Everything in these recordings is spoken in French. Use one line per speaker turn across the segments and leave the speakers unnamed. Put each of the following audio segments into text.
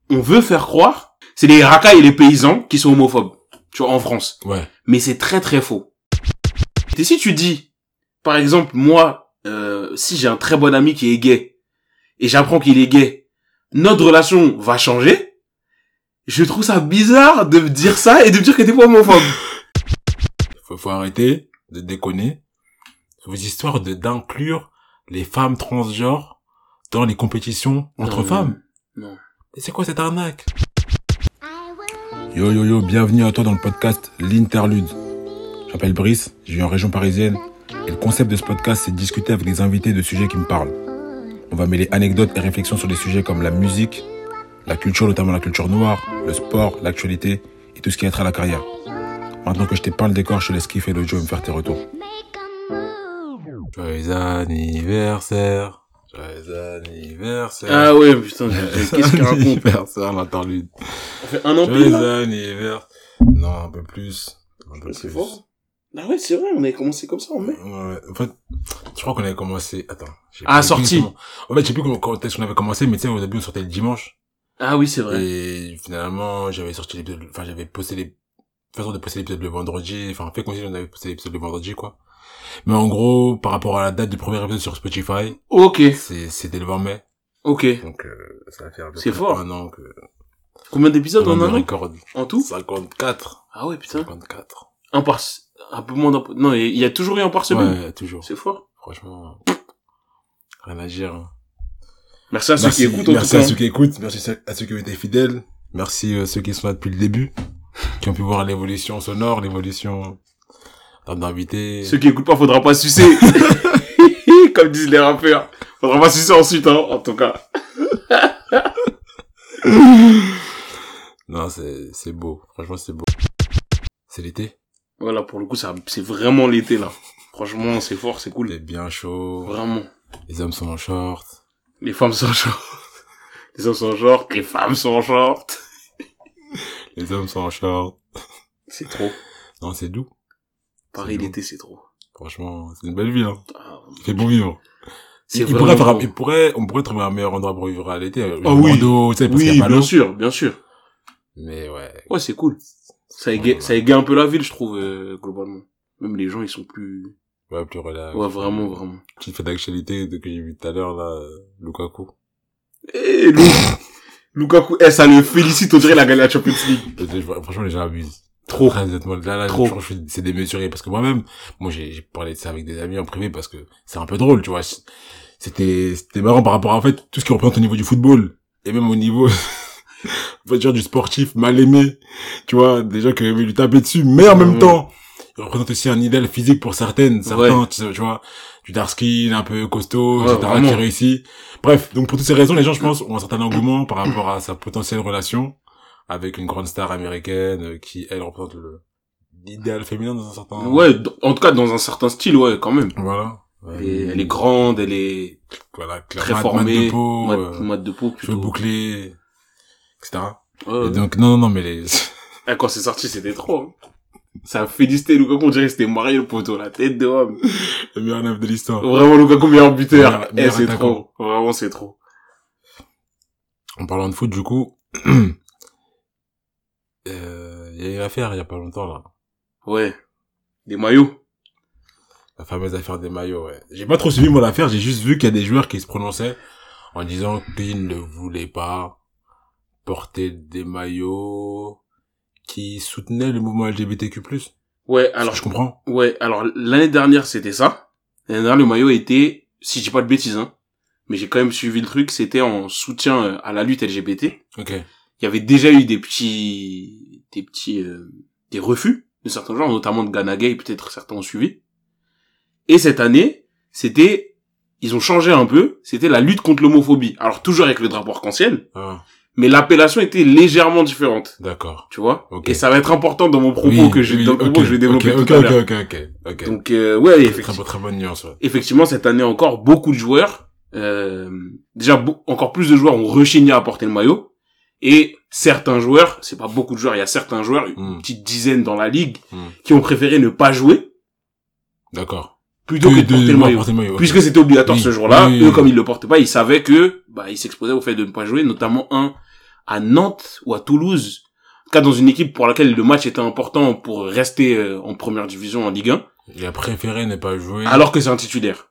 on veut faire croire, c'est les racailles et les paysans qui sont homophobes, tu vois, en France.
Ouais.
Mais c'est très très faux. Et si tu dis, par exemple, moi, si j'ai un très bon ami qui est gay, et j'apprends qu'il est gay, notre relation va changer, je trouve ça bizarre de me dire ça et de me dire que t'es pas homophobe.
Faut arrêter de déconner. Vos histoires d'inclure les femmes transgenres dans les compétitions entre femmes.
Non.
Et c'est quoi cette arnaque? Yo, bienvenue à toi dans le podcast L'Interlude. Je m'appelle Brice, je vis en région parisienne. Et le concept de ce podcast, c'est de discuter avec des invités de sujets qui me parlent. On va mêler anecdotes et réflexions sur des sujets comme la musique, la culture, notamment la culture noire, le sport, l'actualité et tout ce qui a trait à la carrière. Maintenant que je t'ai peint le décor, je te laisse kiffer le jeu et me faire tes retours. Joyeux anniversaire. Joyeux anniversaire.
Ah ouais, putain, qu'est-ce qu'il raconte?
Anniversaire, l'Interlude.
On fait un an pile,
Joyeux
là?
anniversaire. Non, un peu plus.
C'est fort. Ah ouais, c'est vrai, on avait commencé comme ça en mai.
Ouais, en fait, je crois qu'on avait commencé, attends.
Sorti.
En fait, je sais plus quand est-ce qu'on avait commencé, mais tu sais, au début, on sortait le dimanche.
Ah oui, c'est vrai.
Et finalement, j'avais sorti l'épisode, enfin, j'avais posté les façons de poster l'épisode le vendredi, enfin, fait comme si on avait posté l'épisode le vendredi, quoi. Mais en gros, par rapport à la date du premier épisode sur Spotify.
Ok.
C'était le 20 mai.
Ok.
Donc, ça va faire
c'est fort.
un an que...
Combien d'épisodes en un an?
Record.
En tout?
54.
Ah ouais, putain.
54.
Un peu moins non, il y a toujours eu un par semaine.
Ouais, toujours.
C'est fort.
Franchement, rien à dire.
Merci à ceux qui écoutent,
merci à ceux qui écoutent, merci à ceux qui ont été fidèles, merci ceux qui sont là depuis le début, qui ont pu voir l'évolution sonore, l'évolution d'invités.
Ceux qui écoutent pas, faudra pas sucer. Comme disent les rappeurs. Faudra pas sucer ensuite, hein, en tout cas.
Non, c'est beau. Franchement, c'est beau. C'est l'été.
Voilà, pour le coup, c'est vraiment l'été, là. Franchement, c'est fort, c'est cool.
Il est bien chaud.
Vraiment.
Les hommes sont en short.
Les femmes sont en short. Les hommes sont en short. Les femmes sont en short.
Les hommes sont en short.
C'est trop.
Non, c'est doux.
Pareil, l'été, c'est trop.
Franchement, c'est une belle vie, hein.
Ah,
Il fait bon vivre. On pourrait trouver un meilleur endroit pour vivre à l'été.
Ah oui.
Bordeaux, tu sais, parce qu'il y a pas
bien
l'eau.
sûr, bien sûr.
Mais ouais.
Ouais, c'est cool. Ça égaye un peu la ville, je trouve, globalement. Même les gens, ils sont plus...
Ouais, plus relax.
Ouais, vraiment, vraiment.
Petite fait d'actualité que j'ai vu tout à l'heure, là, Lukaku.
Eh, Lukaku, ça le félicite, on dirait la gagné la Champions League.
Franchement, les gens abusent.
Trop.
Très honnêtement, là,
trop.
C'est démesuré. Parce que moi-même, j'ai parlé de ça avec des amis en privé parce que c'est un peu drôle, tu vois. C'était marrant par rapport à, en fait, tout ce qui représente au niveau du football. Et même au niveau, on va dire, du sportif mal aimé. Tu vois, des gens qui avaient lui taper dessus. Mais en même temps, il représente aussi un idéal physique pour certains, tu vois, du dark skin, un peu costaud, etc.,
vraiment.
qui réussit. Bref, donc pour toutes ces raisons, les gens, je pense, ont un certain engouement par rapport à sa potentielle relation avec une grande star américaine qui, elle, représente l'idéal féminin dans un certain...
Ouais, en tout cas, dans un certain style, ouais, quand même.
Voilà.
Elle est grande, elle est
voilà,
très formée,
de peau,
mat de peau, plutôt.
cheveux bouclés, etc.
Ouais.
Et donc, non, mais les...
Quand c'est sorti, c'était trop, hein. Ça a félicité Lukaku, on dirait que c'était marié le poteau, la tête de homme.
Le meilleur neuf de l'histoire.
Vraiment, Lukaku, meilleur buteur.
Meilleur
c'est
attaquant.
trop. Vraiment, c'est trop.
En parlant de foot, du coup, il y a une affaire il y a pas longtemps, là.
Ouais. Des maillots.
La fameuse affaire des maillots, ouais. J'ai pas trop suivi, moi, l'affaire, j'ai juste vu qu'il y a des joueurs qui se prononçaient en disant qu'ils ne voulaient pas porter des maillots qui soutenaient le mouvement LGBTQ+.
Ouais, alors.
Je comprends.
Ouais, alors, l'année dernière, c'était ça. L'année dernière, le maillot était, si je dis pas de bêtises, hein, mais j'ai quand même suivi le truc, c'était en soutien à la lutte LGBT.
Ok.
Il y avait déjà eu des refus de certains genres, notamment de Ghana Gay, peut-être certains ont suivi. Et cette année, ils ont changé un peu, c'était la lutte contre l'homophobie. Alors toujours avec le drapeau arc-en-ciel, mais l'appellation était légèrement différente.
D'accord.
Tu vois?
Okay.
Et ça va être important dans mon propos que je vais développer tout à l'heure.
Ok.
Donc, ouais, effectivement.
Très bonne nuance, ouais.
Effectivement, cette année encore, beaucoup de joueurs, déjà, encore plus de joueurs ont rechigné à porter le maillot. Et certains joueurs, c'est pas beaucoup de joueurs, il y a certains joueurs, une petite dizaine dans la ligue, qui ont préféré ne pas jouer.
D'accord.
Plutôt que de porter le maillot. Okay. Puisque c'était obligatoire ce jour-là, eux, comme ils le portaient pas, ils savaient que, ils s'exposaient au fait de ne pas jouer, notamment un à Nantes ou à Toulouse, en tout cas dans une équipe pour laquelle le match était important pour rester en première division en Ligue 1.
Il a préféré ne pas jouer.
Alors que c'est un titulaire.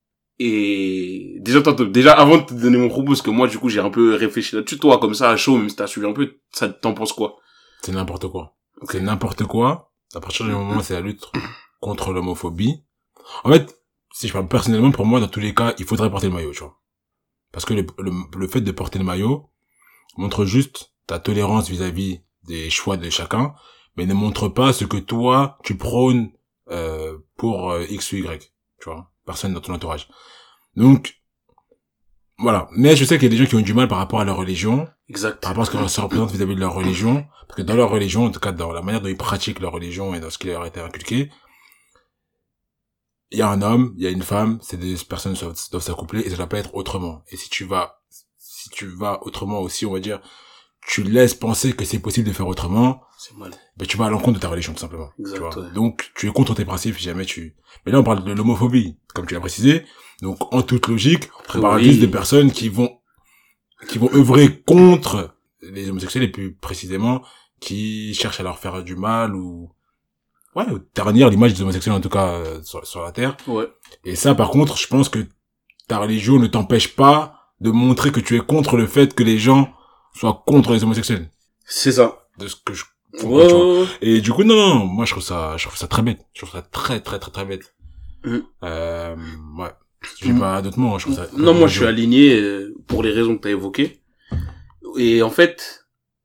Et déjà avant de te donner mon propos, parce que moi du coup j'ai un peu réfléchi là-dessus, toi comme ça à chaud, même si t'as suivi un peu, ça t'en penses quoi?
C'est n'importe quoi. Okay. C'est n'importe quoi. À partir du moment où c'est la lutte contre l'homophobie. En fait, si je parle personnellement, pour moi, dans tous les cas, il faudrait porter le maillot, tu vois. Parce que le fait de porter le maillot montre juste ta tolérance vis-à-vis des choix de chacun, mais ne montre pas ce que toi, tu prônes pour X ou Y, tu vois. Personne dans ton entourage. Donc, voilà. Mais je sais qu'il y a des gens qui ont du mal par rapport à leur religion.
Exact.
Par rapport à ce que ça représente vis-à-vis de leur religion. Parce que dans leur religion, en tout cas dans la manière dont ils pratiquent leur religion et dans ce qui leur a été inculqué, il y a un homme, il y a une femme, ces deux personnes doivent s'accoupler et ça doit pas être autrement. Et si tu vas autrement aussi, on va dire, tu laisses penser que c'est possible de faire autrement,
c'est mal.
Ben tu vas à l'encontre de ta religion tout simplement.
Exact,
tu vois.
Ouais.
Donc tu es contre tes principes si jamais Mais là on parle de l'homophobie, comme tu l'as précisé. Donc en toute logique, on parle juste de personnes qui vont œuvrer contre les homosexuels et plus précisément qui cherchent à leur faire du mal ou ternir l'image des homosexuels en tout cas sur la terre.
Ouais.
Et ça par contre, je pense que ta religion ne t'empêche pas de montrer que tu es contre le fait que les gens soient contre les homosexuels.
C'est ça.
De ce que je comprends, tu vois. Et du coup non, moi je trouve ça très bête. Je trouve ça très très très très bête. Ouais. J'ai pas d'autres mots, je trouve ça.
Non, moi je suis aligné pour les raisons que t'as évoquées. Et en fait,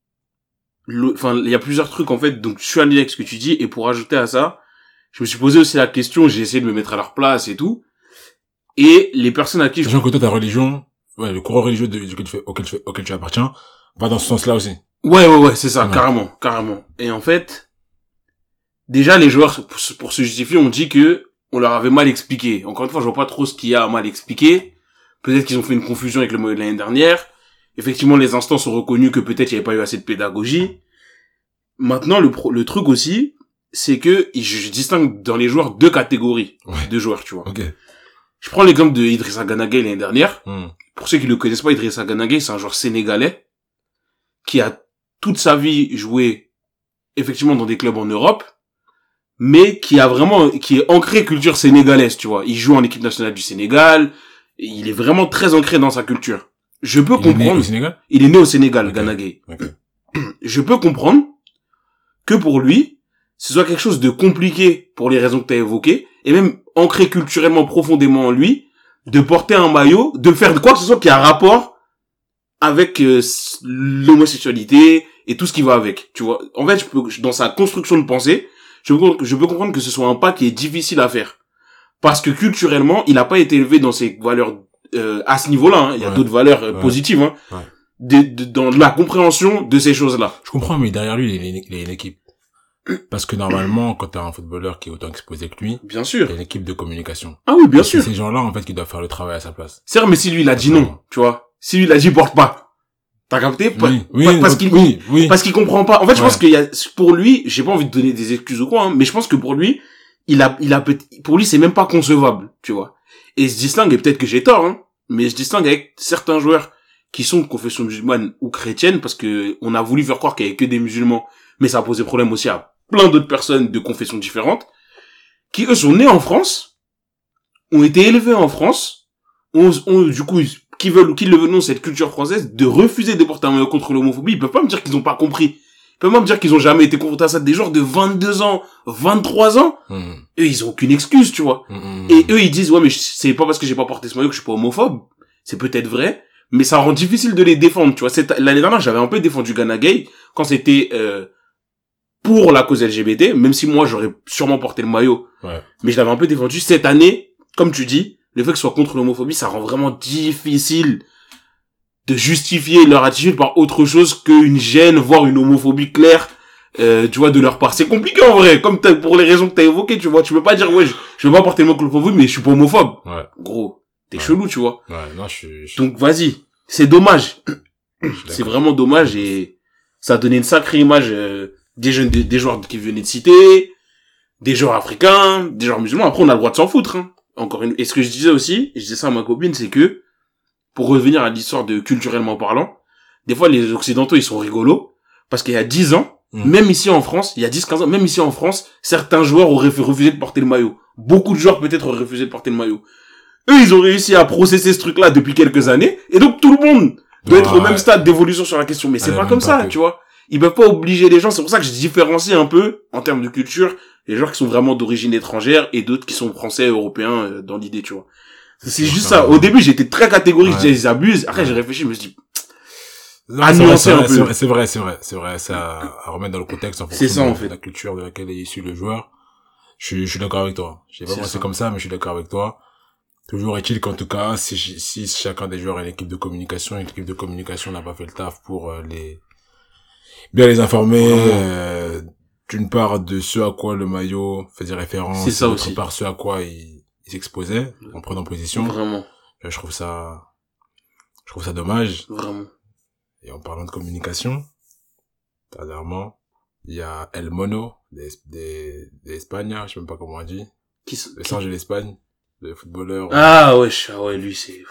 il y a plusieurs trucs en fait, donc je suis aligné avec ce que tu dis, et pour ajouter à ça, je me suis posé aussi la question, j'ai essayé de me mettre à leur place et tout, et les personnes à qui
sachant que toi ta religion, le courant religieux auquel tu appartiens, va dans ce sens-là aussi.
Ouais, c'est ça, carrément. Et en fait, déjà les joueurs, pour se justifier, on dit que on leur avait mal expliqué. Encore une fois, je vois pas trop ce qu'il y a à mal expliquer. Peut-être qu'ils ont fait une confusion avec le maillot de l'année dernière. Effectivement, les instances ont reconnu que peut-être il n'y avait pas eu assez de pédagogie. Maintenant, le truc aussi, c'est que je distingue dans les joueurs deux catégories de joueurs, tu vois.
Okay.
Je prends l'exemple de Idrissa Gana Gueye l'année dernière. Pour ceux qui le connaissent pas, Idrissa Gana Gueye, c'est un joueur sénégalais qui a toute sa vie joué effectivement dans des clubs en Europe, mais qui est ancré culture sénégalaise, tu vois. Il joue en équipe nationale du Sénégal, et il est vraiment très ancré dans sa culture. Je peux comprendre.
Il est né au Sénégal?
Il est né au Sénégal, Gana Gueye. Je peux comprendre que pour lui, ce soit quelque chose de compliqué pour les raisons que tu as évoquées, et même ancré culturellement profondément en lui, de porter un maillot, de faire quoi que ce soit qui a un rapport avec l'homosexualité et tout ce qui va avec, tu vois. En fait, dans sa construction de pensée, je peux comprendre que ce soit un pas qui est difficile à faire. Parce que culturellement, il n'a pas été élevé dans ses valeurs à ce niveau-là. Hein. Il y a d'autres valeurs positives. Hein. Dans la compréhension de ces choses-là.
Je comprends, mais derrière lui, il y a une équipe. Parce que normalement, quand t'as un footballeur qui est autant exposé que lui,
bien sûr,
il y a une équipe de communication.
Ah oui, bien sûr.
C'est ces gens-là, en fait, qui doivent faire le travail à sa place.
C'est vrai, mais si lui, il a dit non, tu vois. Si lui, il a dit porte pas. T'as capté? Parce qu'il comprend pas. En fait, je pense qu'il y a, pour lui, j'ai pas envie de donner des excuses ou quoi, hein, mais je pense que pour lui, pour lui, c'est même pas concevable, tu vois. Et je distingue, et peut-être que j'ai tort, hein, mais je distingue avec certains joueurs qui sont de confession musulmane ou chrétienne, parce que on a voulu faire croire qu'il y avait que des musulmans, mais ça a posé problème aussi à plein d'autres personnes de confessions différentes, qui eux sont nés en France, ont été élevés en France, du coup, qui veulent ou qui le veulent non, cette culture française, de refuser de porter un maillot contre l'homophobie. Ils peuvent pas me dire qu'ils ont pas compris. Ils peuvent pas me dire qu'ils ont jamais été confrontés à ça. Des joueurs de 22 ans, 23 ans, eux, ils ont aucune excuse, tu vois. Et eux, ils disent, ouais, mais c'est pas parce que j'ai pas porté ce maillot que je suis pas homophobe. C'est peut-être vrai, mais ça rend difficile de les défendre, tu vois. L'année dernière, j'avais un peu défendu Gana Gueye quand c'était pour la cause LGBT, même si moi, j'aurais sûrement porté le maillot. Mais je l'avais un peu défendu. Cette année, comme tu dis, le fait que ce soit contre l'homophobie, ça rend vraiment difficile de justifier leur attitude par autre chose qu'une gêne, voire une homophobie claire, tu vois, de leur part. C'est compliqué en vrai, comme pour les raisons que t'as évoquées, tu vois. Tu peux pas dire, ouais, je veux pas porter le mot l'homophobie, mais je suis pas homophobe. Gros, t'es chelou, tu vois.
Non,
Donc vas-y, c'est dommage. C'est vraiment dommage et ça a donné une sacrée image des joueurs qui venaient de citer, des joueurs africains, des joueurs musulmans. Après, on a le droit de s'en foutre, hein. Et ce que je disais aussi, et je disais ça à ma copine, c'est que, pour revenir à l'histoire de culturellement parlant, des fois, les Occidentaux, ils sont rigolos, parce qu'il y a 10 ans, même ici en France, il y a 10-15 ans, même ici en France, certains joueurs auraient refusé de porter le maillot. Beaucoup de joueurs, peut-être, auraient refusé de porter le maillot. Eux, ils ont réussi à processer ce truc-là depuis quelques années, et donc tout le monde doit être au même stade d'évolution sur la question. Mais c'est pas comme ça, tu vois. Ils peuvent pas obliger les gens. C'est pour ça que je différencie un peu, en termes de culture, les joueurs qui sont vraiment d'origine étrangère et d'autres qui sont français, européens, dans l'idée, tu vois. C'est juste ça. Au début, j'étais très catégorique, je disais, ils abusent. Après, j'ai réfléchi, je me suis dit,
à nuancer un peu. C'est vrai, c'est à remettre dans le contexte en fonction de la culture de laquelle est issu le joueur. Je suis d'accord avec toi. Je sais pas moi c'est comme ça, mais je suis d'accord avec toi. Toujours est-il qu'en tout cas, si chacun des joueurs a une équipe de communication, et l'équipe de communication n'a pas fait le taf pour bien les informer, d'une part de ce à quoi le maillot faisait référence,
et d'autre
part ce à quoi il s'exposait en prenant position.
Vraiment.
Je trouve ça dommage.
Vraiment.
Et en parlant de communication, dernièrement, il y a El Mono d'Espagne, je sais même pas comment on dit. Le singe de l'Espagne, le footballeur.
Ah ouais, lui c'est...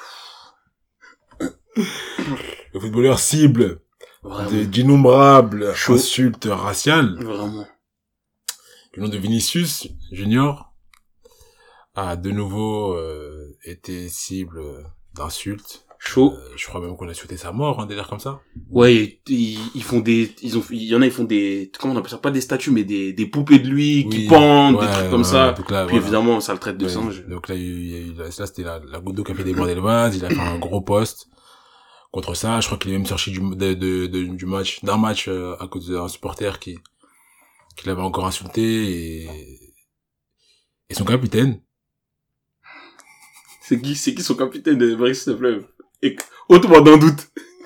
Le footballeur cible d'innombrables insultes raciales.
Vraiment.
Le nom de Vinicius Junior a de nouveau été cible d'insultes.
Chaud.
Je crois même qu'on a souhaité sa mort, un délire comme ça.
Ouais, il y en a, ils font des, comment on appelle ça, pas des statues, mais des poupées de lui, qui pendent, des trucs comme ça.
Là,
puis évidemment, ça le traite de singe.
Donc là, là, c'était la goutte d'eau qui a fait déborder le vase, il a fait un gros post contre ça. Je crois qu'il est même sorti d'un match, à cause d'un supporter qui l'avait encore insulté et son capitaine.
C'est qui son capitaine de Paris, s'il te plaît? Et, autrement d'un doute.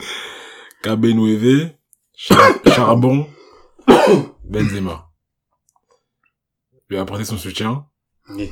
KB9, Charbon, Benzema. Lui a apporté son soutien.
Oui.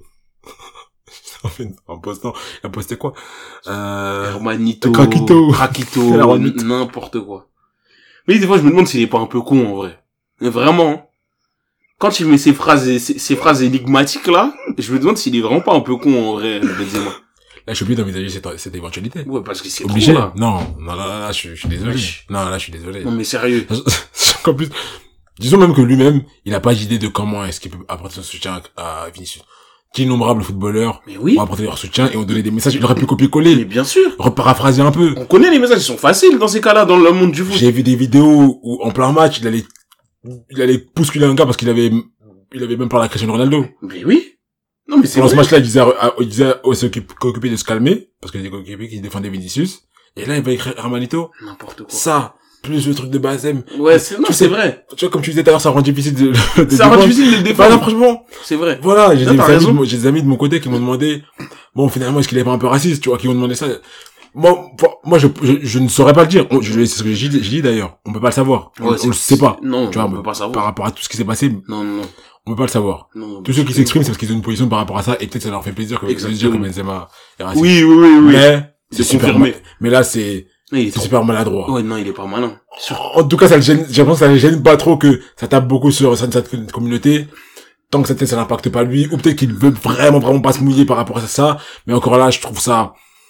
En postant, il a posté quoi?
Hermanito.
Krakito.
N'importe quoi. Mais des fois, je me demande s'il est pas un peu con, en vrai. Mais vraiment. Quand il met ces phrases énigmatiques, là, je me demande s'il est vraiment pas un peu con, en vrai, Benzema.
Là, je suis obligé d'envisager cette éventualité.
Ouais, parce que c'est
obligé.
Trop, là.
Non, là, je suis désolé. Non, là, je suis désolé.
Non, mais sérieux.
En plus, disons même que lui-même, il a pas d'idée de comment est-ce qu'il peut apporter son soutien à Vinicius. D'innombrables footballeurs ont apporté leur soutien et ont donné des messages. Il aurait pu copier-coller.
Mais bien sûr.
Reparaphraser un peu.
On connaît les messages, ils sont faciles dans ces cas-là, dans le monde du foot.
J'ai vu des vidéos où, en plein match, il allait bousculer un gars parce qu'il avait même parlé à Cristiano Ronaldo.
Mais oui. Non, mais c'est
dans ce match-là, il disait aux coéquipiers de se calmer, parce qu'il y a des coéquipiers qui défendaient Vinicius. Et là, il va écrire Hermanito.
N'importe quoi.
Ça, plus le truc de Bazem.
Ouais, c'est vrai.
Tu vois, comme tu disais tout à l'heure, ça rend difficile de
ça rend difficile de le défendre.
Non, franchement.
C'est vrai.
Voilà, j'ai des amis de mon côté qui m'ont demandé, bon, finalement, est-ce qu'il est pas un peu raciste, tu vois, qui m'ont demandé ça. Moi, je ne saurais pas le dire. C'est ce que j'ai dit d'ailleurs. On peut pas le savoir.
Ouais,
on le sait pas.
Non,
tu vois,
on peut pas savoir.
Par rapport à tout ce qui s'est passé.
Non.
On peut pas le savoir.
Non,
tous ceux qui s'expriment, c'est parce qu'ils ont une position par rapport à ça, et peut-être ça leur fait plaisir que Benzema est raciste.
Oui.
Mais,
c'est super mal.
Mais là, c'est super maladroit.
Ouais, non, il est pas malin.
En tout cas, ça le gêne, j'ai l'impression que ça le gêne pas trop que ça tape beaucoup sur cette communauté. Tant que ça n'impacte pas lui, ou peut-être qu'il veut vraiment pas se mouiller par rapport à ça. Mais encore là, je trouve ça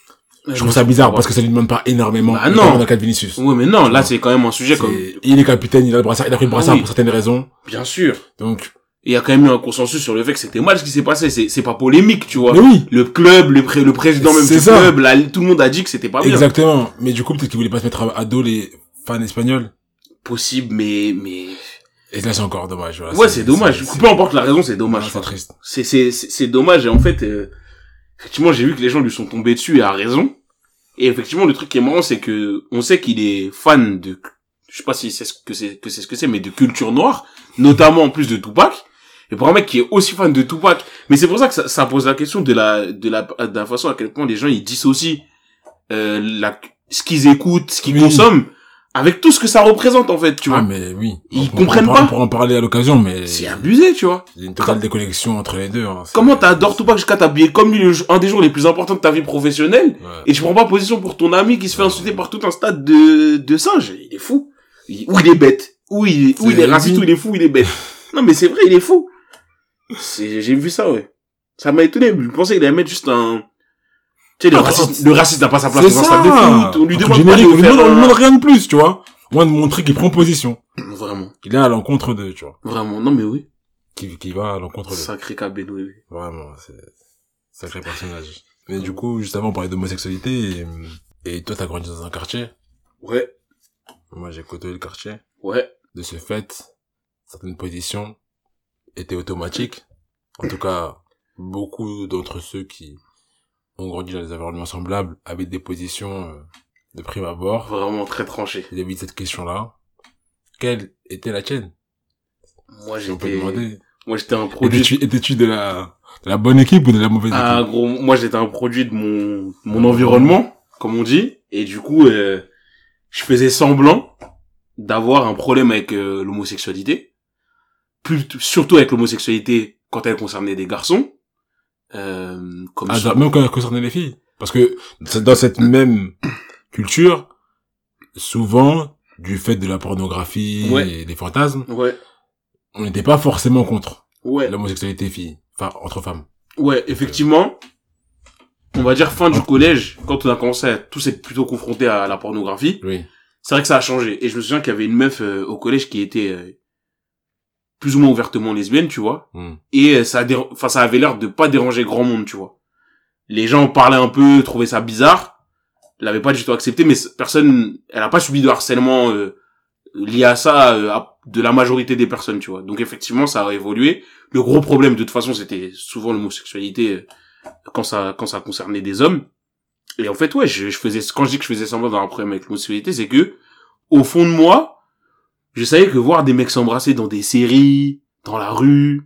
bizarre parce que ça lui demande pas énormément.
Bah non.
Dans le cas de Vinicius.
Oui, mais non, là, c'est quand même un sujet comme...
Il est capitaine, il a pris le brassard pour certaines raisons.
Bien sûr.
Donc,
il y a quand même eu un consensus sur le fait que c'était mal ce qui s'est passé. C'est pas polémique, tu vois.
Mais oui.
Le club, le président même du club, là, tout le monde a dit que c'était pas bien.
Exactement. Mais du coup, peut-être qu'il voulait pas se mettre à dos les fans espagnols.
Possible, mais...
Et là, c'est encore dommage, voilà.
Ouais, c'est dommage. Peu importe la raison, c'est dommage.
C'est triste.
C'est dommage, et en fait, effectivement, j'ai vu que les gens lui sont tombés dessus, et à raison. Et effectivement, le truc qui est marrant, c'est que, on sait qu'il est fan de, je sais pas si c'est ce que c'est, mais de culture noire, notamment en plus de Tupac. Et pour un mec qui est aussi fan de Tupac, mais c'est pour ça que ça pose la question de la façon à quel point les gens ils dissocient ce qu'ils écoutent, ce qu'ils consomment, avec tout ce que ça représente en fait, tu vois.
Mais oui.
Ils comprennent pas.
On pourra en parler à l'occasion, mais
c'est abusé, tu vois.
Il y a une totale déconnexion entre les deux. Hein.
Comment t'adores Tupac jusqu'à t'habiller comme lui un des jours les plus importants de ta vie professionnelle, et tu prends pas position pour ton ami qui se fait insulter par tout un stade de singes. Il est fou. Ou il est bête. Ou il est raciste, ou il est fou, il est bête. Non mais c'est vrai, il est fou. J'ai vu ça, ouais. Ça m'a étonné. Je pensais qu'il allait mettre juste Tu sais, le raciste n'a pas sa place dans un stade de foot. On lui demande
générique,
pas de faire...
on lui demande rien de plus, tu vois. Moins de montrer qu'il prend position.
Vraiment.
Qu'il est à l'encontre de, tu vois.
Vraiment. Non, mais oui.
Qui va à l'encontre de.
Sacré Kabé, oui.
Vraiment, c'est sacré personnage. Mais du coup, juste avant, on parlait d'homosexualité et toi, t'as grandi dans un quartier.
Ouais.
Moi, j'ai côtoyé le quartier.
Ouais.
De ce fait, certaines positions étaient automatiques. En tout cas, beaucoup d'entre ceux qui ont grandi dans des environnements semblables avaient des positions de prime abord.
Vraiment très tranchées.
Vis-à-vis de cette question-là, quelle était la tienne?
Moi,
si on peut demander.
Moi, j'étais un produit.
Étais-tu de la bonne équipe ou de la mauvaise équipe?
Ah, gros, moi, j'étais un produit de mon environnement, comme on dit. Et du coup, je faisais semblant d'avoir un problème avec l'homosexualité. Surtout avec l'homosexualité quand elle concernait des garçons. Même quand
elle concernait les filles. Parce que dans cette même culture, souvent, du fait de la pornographie et des fantasmes, on n'était pas forcément contre l'homosexualité fille, enfin entre femmes.
Ouais, effectivement, on va dire fin du collège, quand on a commencé à tous être plutôt confrontés à la pornographie, c'est vrai que ça a changé. Et je me souviens qu'il y avait une meuf au collège qui était plus ou moins ouvertement lesbienne, tu vois. Et ça avait l'air de pas déranger grand monde, tu vois. Les gens parlaient un peu, trouvaient ça bizarre, l'avaient pas du tout accepté, mais personne, elle a pas subi de harcèlement lié à ça de la majorité des personnes, tu vois. Donc effectivement, ça a évolué. Le gros problème, de toute façon, c'était souvent l'homosexualité quand ça concernait des hommes. Et en fait, quand je dis que je faisais semblant d'avoir un problème avec l'homosexualité, c'est que, au fond de moi, je savais que voir des mecs s'embrasser dans des séries, dans la rue,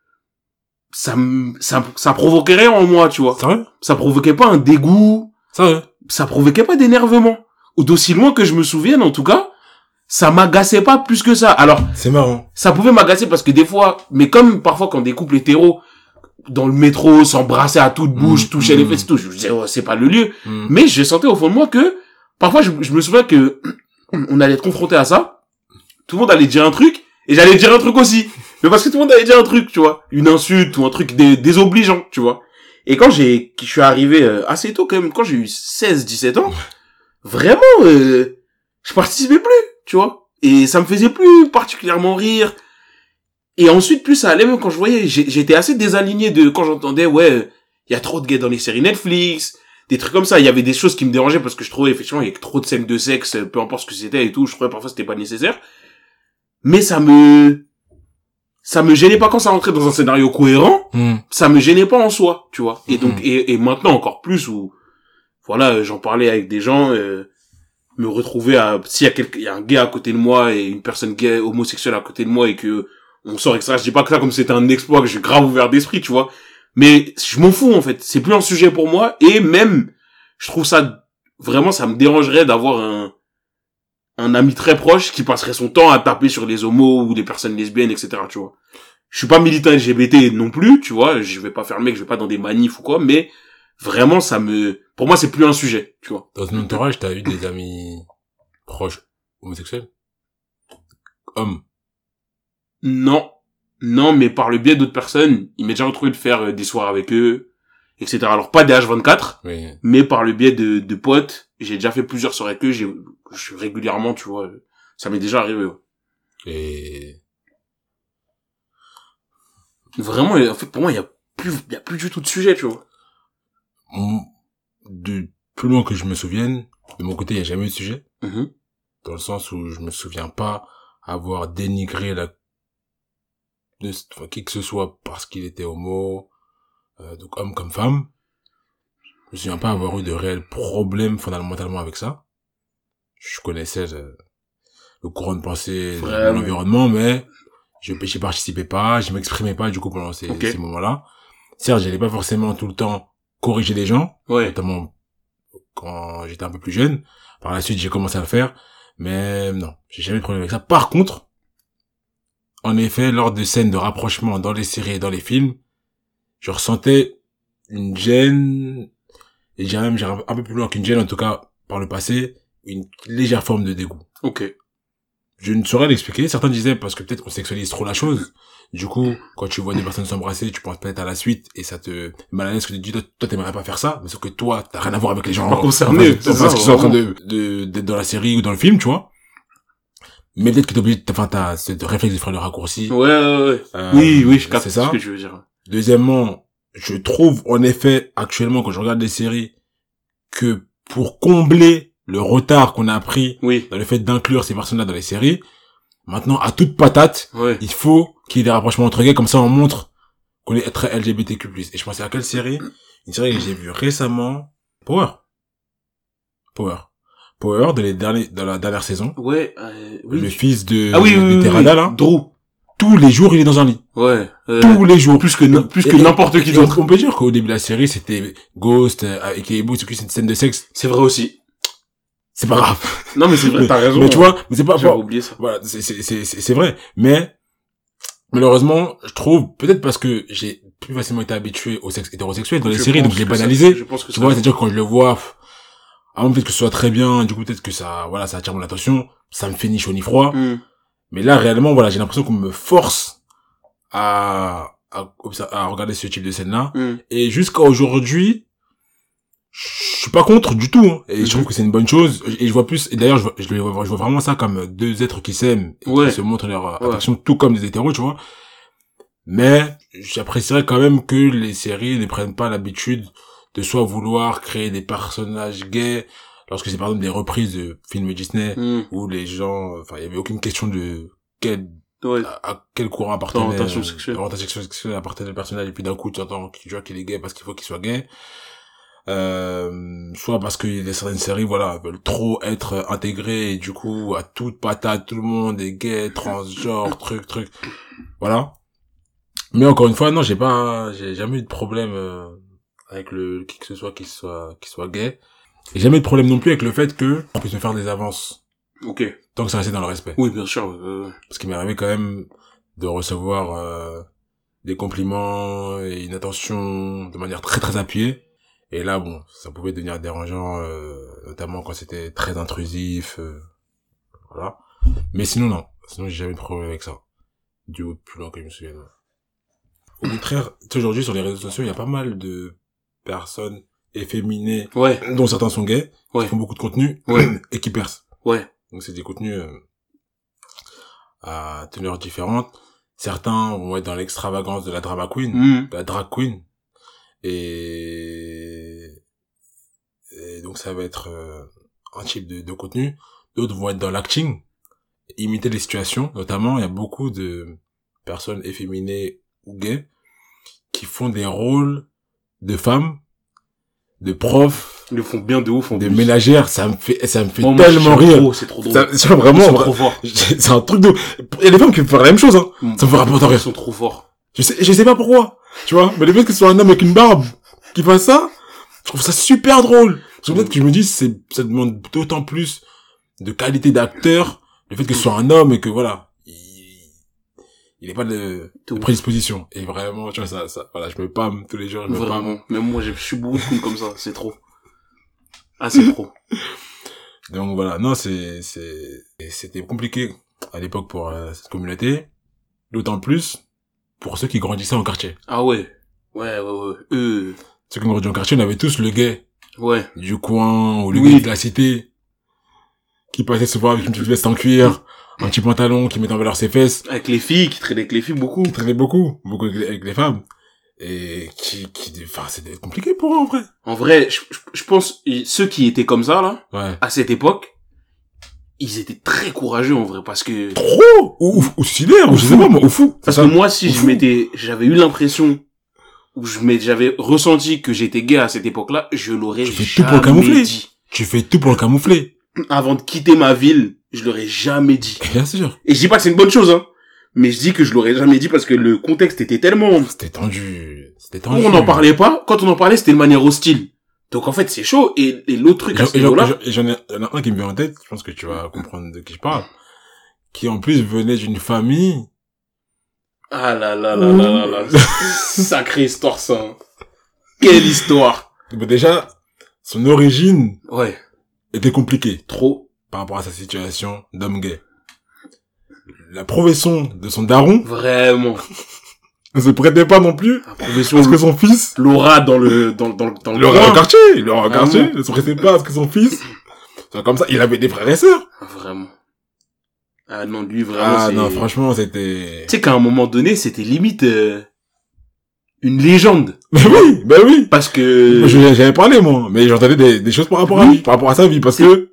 ça provoquait rien en moi, tu vois.
C'est vrai?
Ça provoquait pas un dégoût.
C'est vrai?
Ça provoquait pas d'énervement. Ou d'aussi loin que je me souvienne, en tout cas, ça m'agaçait pas plus que ça. Alors.
C'est marrant.
Ça pouvait m'agacer parce que des fois, mais comme parfois quand des couples hétéros, dans le métro, s'embrassaient à toute bouche, touchaient les fesses, tout, je me disais, c'est pas le lieu. Mais je sentais au fond de moi que, parfois, je me souviens que, on allait être confronté à ça, tout le monde allait dire un truc, et j'allais dire un truc aussi. Mais parce que tout le monde allait dire un truc, tu vois. Une insulte ou un truc désobligeant, tu vois. Et quand je suis arrivé assez tôt quand même, quand j'ai eu 16-17 ans, vraiment, je participais plus, tu vois. Et ça me faisait plus particulièrement rire. Et ensuite, plus ça allait, même quand je voyais, j'étais assez désaligné de quand j'entendais, il y a trop de gays dans les séries Netflix, des trucs comme ça. Il y avait des choses qui me dérangeaient parce que je trouvais effectivement il y avait trop de scènes de sexe, peu importe ce que c'était et tout. Je trouvais parfois c'était pas nécessaire. Mais ça me gênait pas quand ça rentrait dans un scénario cohérent. Ça me gênait pas en soi, tu vois. Et donc, et maintenant encore plus où, voilà, j'en parlais avec des gens, me retrouver s'il y a un gay à côté de moi et une personne gay, homosexuelle à côté de moi et que on sort, etc. Je dis pas que ça comme c'était un exploit, que je suis grave ouvert d'esprit, tu vois. Mais je m'en fous, en fait. C'est plus un sujet pour moi. Et même, je trouve ça, vraiment, ça me dérangerait d'avoir un ami très proche qui passerait son temps à taper sur les homos ou les personnes lesbiennes, etc., tu vois. Je suis pas militant LGBT non plus, tu vois. Je vais pas faire le mec, je vais pas dans des manifs ou quoi, mais vraiment, pour moi, c'est plus un sujet, tu vois.
Dans ton entourage, t'as eu des amis proches homosexuels? Hommes?
Non, mais par le biais d'autres personnes, il m'est déjà retrouvé de faire des soirs avec eux, etc. Alors pas des H24, mais par le biais de potes, j'ai déjà fait plusieurs soirées avec eux, je suis régulièrement, tu vois, ça m'est déjà arrivé.
Et
vraiment, en fait, pour moi, il y a plus du tout de sujet, tu vois.
Du plus loin que je me souvienne, de mon côté, il n'y a jamais eu de sujet. Dans le sens où je me souviens pas avoir dénigré qui que ce soit parce qu'il était homo, donc homme comme femme. Je me souviens pas avoir eu de réels problèmes fondamentalement avec ça. Je connaissais le courant de pensée de mon environnement, mais j'y participais pas, je m'exprimais pas du coup pendant ces moments-là. Certes, j'allais pas forcément tout le temps corriger les gens, notamment quand j'étais un peu plus jeune. Par la suite, j'ai commencé à le faire, mais non, j'ai jamais eu de problème avec ça. Par contre, en effet, lors de scènes de rapprochement dans les séries et dans les films, je ressentais une gêne, et j'irais même un peu plus loin qu'une gêne, en tout cas, par le passé, une légère forme de dégoût.
Ok.
Je ne saurais l'expliquer. Certains disaient parce que peut-être qu'on sexualise trop la chose. Du coup, quand tu vois des personnes s'embrasser, tu penses peut-être à la suite et ça te mal à l'aise que tu te dis, toi, t'aimerais pas faire ça, mais sauf que toi, t'as rien à voir avec les gens
concernés.
C'est ça, ce qu'ils sont en train d'être dans la série ou dans le film, tu vois. Mais peut-être que t'es obligé, t'as ce réflexe de faire le raccourci.
Ouais. Oui, je capte
c'est ça.
ce que tu veux dire.
Deuxièmement, je trouve, en effet, actuellement, quand je regarde des séries, que pour combler le retard qu'on a pris dans le fait d'inclure ces personnes-là dans les séries, maintenant, à toute patate, il faut qu'il y ait des rapprochements entre gays, comme ça on montre qu'on est très LGBTQ+. Et je pensais à quelle série? Une série que j'ai vue récemment, Power, dans la dernière saison.
Oui.
Le fils de,
de
Terada, là.
Drew.
Tous les jours, il est dans un lit. Tous les jours.
Plus que n'importe qui d'autre.
On peut dire qu'au début de la série, c'était Ghost, avec Ebo, c'est une scène de sexe.
C'est vrai aussi.
C'est pas grave.
Non, mais c'est vrai, t'as raison.
Mais tu vois, mais c'est pas,
j'avais oublié ça.
Voilà, c'est vrai. Mais, malheureusement, je trouve, peut-être parce que j'ai plus facilement été habitué au sexe hétérosexuel dans les séries, donc je l'ai banalisé. Tu vois, c'est-à-dire quand je le vois, avant peut-être que ce soit très bien, du coup peut-être que ça, voilà, ça attire mon attention, ça me fait ni chaud ni froid. Mais là, réellement, voilà, j'ai l'impression qu'on me force à regarder ce type de scène-là. Et jusqu'à aujourd'hui, je suis pas contre du tout, hein. Et je trouve que c'est une bonne chose. Et je vois plus, et d'ailleurs, je vois vraiment ça comme deux êtres qui s'aiment, et qui se montrent leur attraction, tout comme des hétéros, tu vois. Mais, j'apprécierais quand même que les séries ne prennent pas l'habitude de soit vouloir créer des personnages gays, lorsque c'est par exemple des reprises de films Disney, où les gens, enfin, il y avait aucune question de à quel courant appartenait,
orientation sexuelle
appartenait le personnage, et puis d'un coup, tu vois qu'il est gay parce qu'il faut qu'il soit gay. Soit parce que y a certaines séries, voilà, veulent trop être intégrées, et du coup, à toute patate, tout le monde est gay, transgenre, truc. Voilà. Mais encore une fois, non, j'ai jamais eu de problème, avec qui que ce soit qui soit gay. J'ai jamais eu de problème non plus avec le fait que on puisse me faire des avances.
Ok.
Tant que ça restait dans le respect.
Oui, bien sûr.
Parce qu'il m'est arrivé quand même de recevoir des compliments et une attention de manière très très appuyée. Et là, bon, ça pouvait devenir dérangeant, notamment quand c'était très intrusif, voilà. Mais sinon, non. Sinon, j'ai jamais eu de problème avec ça. Du plus loin que je me souvienne. Au contraire, aujourd'hui, sur les réseaux sociaux, il y a pas mal de personnes efféminées, dont certains sont gays, qui font beaucoup de contenu, et qui percent. Donc c'est des contenus à teneur différente. Certains vont être dans l'extravagance de la drama queen, de la drag queen. Et donc ça va être un type de contenu. D'autres vont être dans l'acting, imiter les situations. Notamment, il y a beaucoup de personnes efféminées ou gays qui font des rôles de femmes, de profs.
Ils le font bien de ouf,
de ménagères. Ça me fait tellement rire.
C'est trop drôle.
C'est vraiment,
ils sont trop forts.
C'est un truc de, il y a des femmes qui me font la même chose, hein. Ça me fait rapporter rire.
Ils sont trop forts.
Je sais pas pourquoi. Tu vois, mais le fait que ce soit un homme avec une barbe qui fasse ça, je trouve ça super drôle. Parce que peut-être que je me dis, ça demande d'autant plus de qualité d'acteur, le fait que ce soit un homme et que voilà, il n'est pas de prédisposition. Et vraiment, tu vois, ça, voilà, je me pâme tous les jours, je me pâme.
Même moi, je suis beaucoup de couilles comme ça, c'est trop. Ah, c'est trop.
Donc voilà, non, c'était compliqué à l'époque pour cette communauté. D'autant plus pour ceux qui grandissaient en quartier.
Ah ouais.
Ceux qui grandissaient en quartier, on avait tous le gay. Du coin, ou le gay de la cité. Qui passait souvent avec une petite veste en cuir, un petit pantalon, qui mettait en valeur ses fesses.
Avec les filles, qui traînaient avec les filles beaucoup.
Qui traînaient beaucoup avec les femmes. Et enfin, c'était compliqué pour eux, en vrai.
En vrai, je pense, ceux qui étaient comme ça, là, à cette époque, ils étaient très courageux, en vrai, parce que...
Trop! Ou suicidaires, ou je sais pas, moi, ou fou.
Parce que moi, si j'avais eu l'impression, ou j'avais ressenti que j'étais gay à cette époque-là, je l'aurais jamais dit.
Tu fais tout pour le camoufler.
Avant de quitter ma ville, je l'aurais jamais dit.
Bien sûr.
Et je dis pas que c'est une bonne chose, hein. Mais je dis que je l'aurais jamais dit parce que le contexte était tellement...
C'était tendu.
On n'en parlait pas. Quand on en parlait, c'était de manière hostile. Donc en fait, c'est chaud. Et l'autre truc à ce niveau-là...
J'en ai un qui me vient en tête, je pense que tu vas comprendre de qui je parle, qui en plus venait d'une famille...
Ah là. Sacrée histoire, ça. Hein. Quelle histoire.
Donc déjà, son origine... était compliquée.
Trop.
Par rapport à sa situation d'homme gay. la profession de son daron
Vraiment.
ne se prêtait pas non plus
La profession,
parce que son fils,
l'aura dans le
Laura au quartier, ne se prêtait pas parce que son fils, soit comme ça, il avait des frères et sœurs.
Vraiment. Ah non, lui, vraiment,
Ah
c'est...
non, franchement, c'était...
Tu sais qu'à un moment donné, c'était limite une légende.
Ben oui.
Parce que...
Moi, j'avais parlé, moi, mais j'entendais des choses par rapport à lui, par rapport à sa vie, parce que...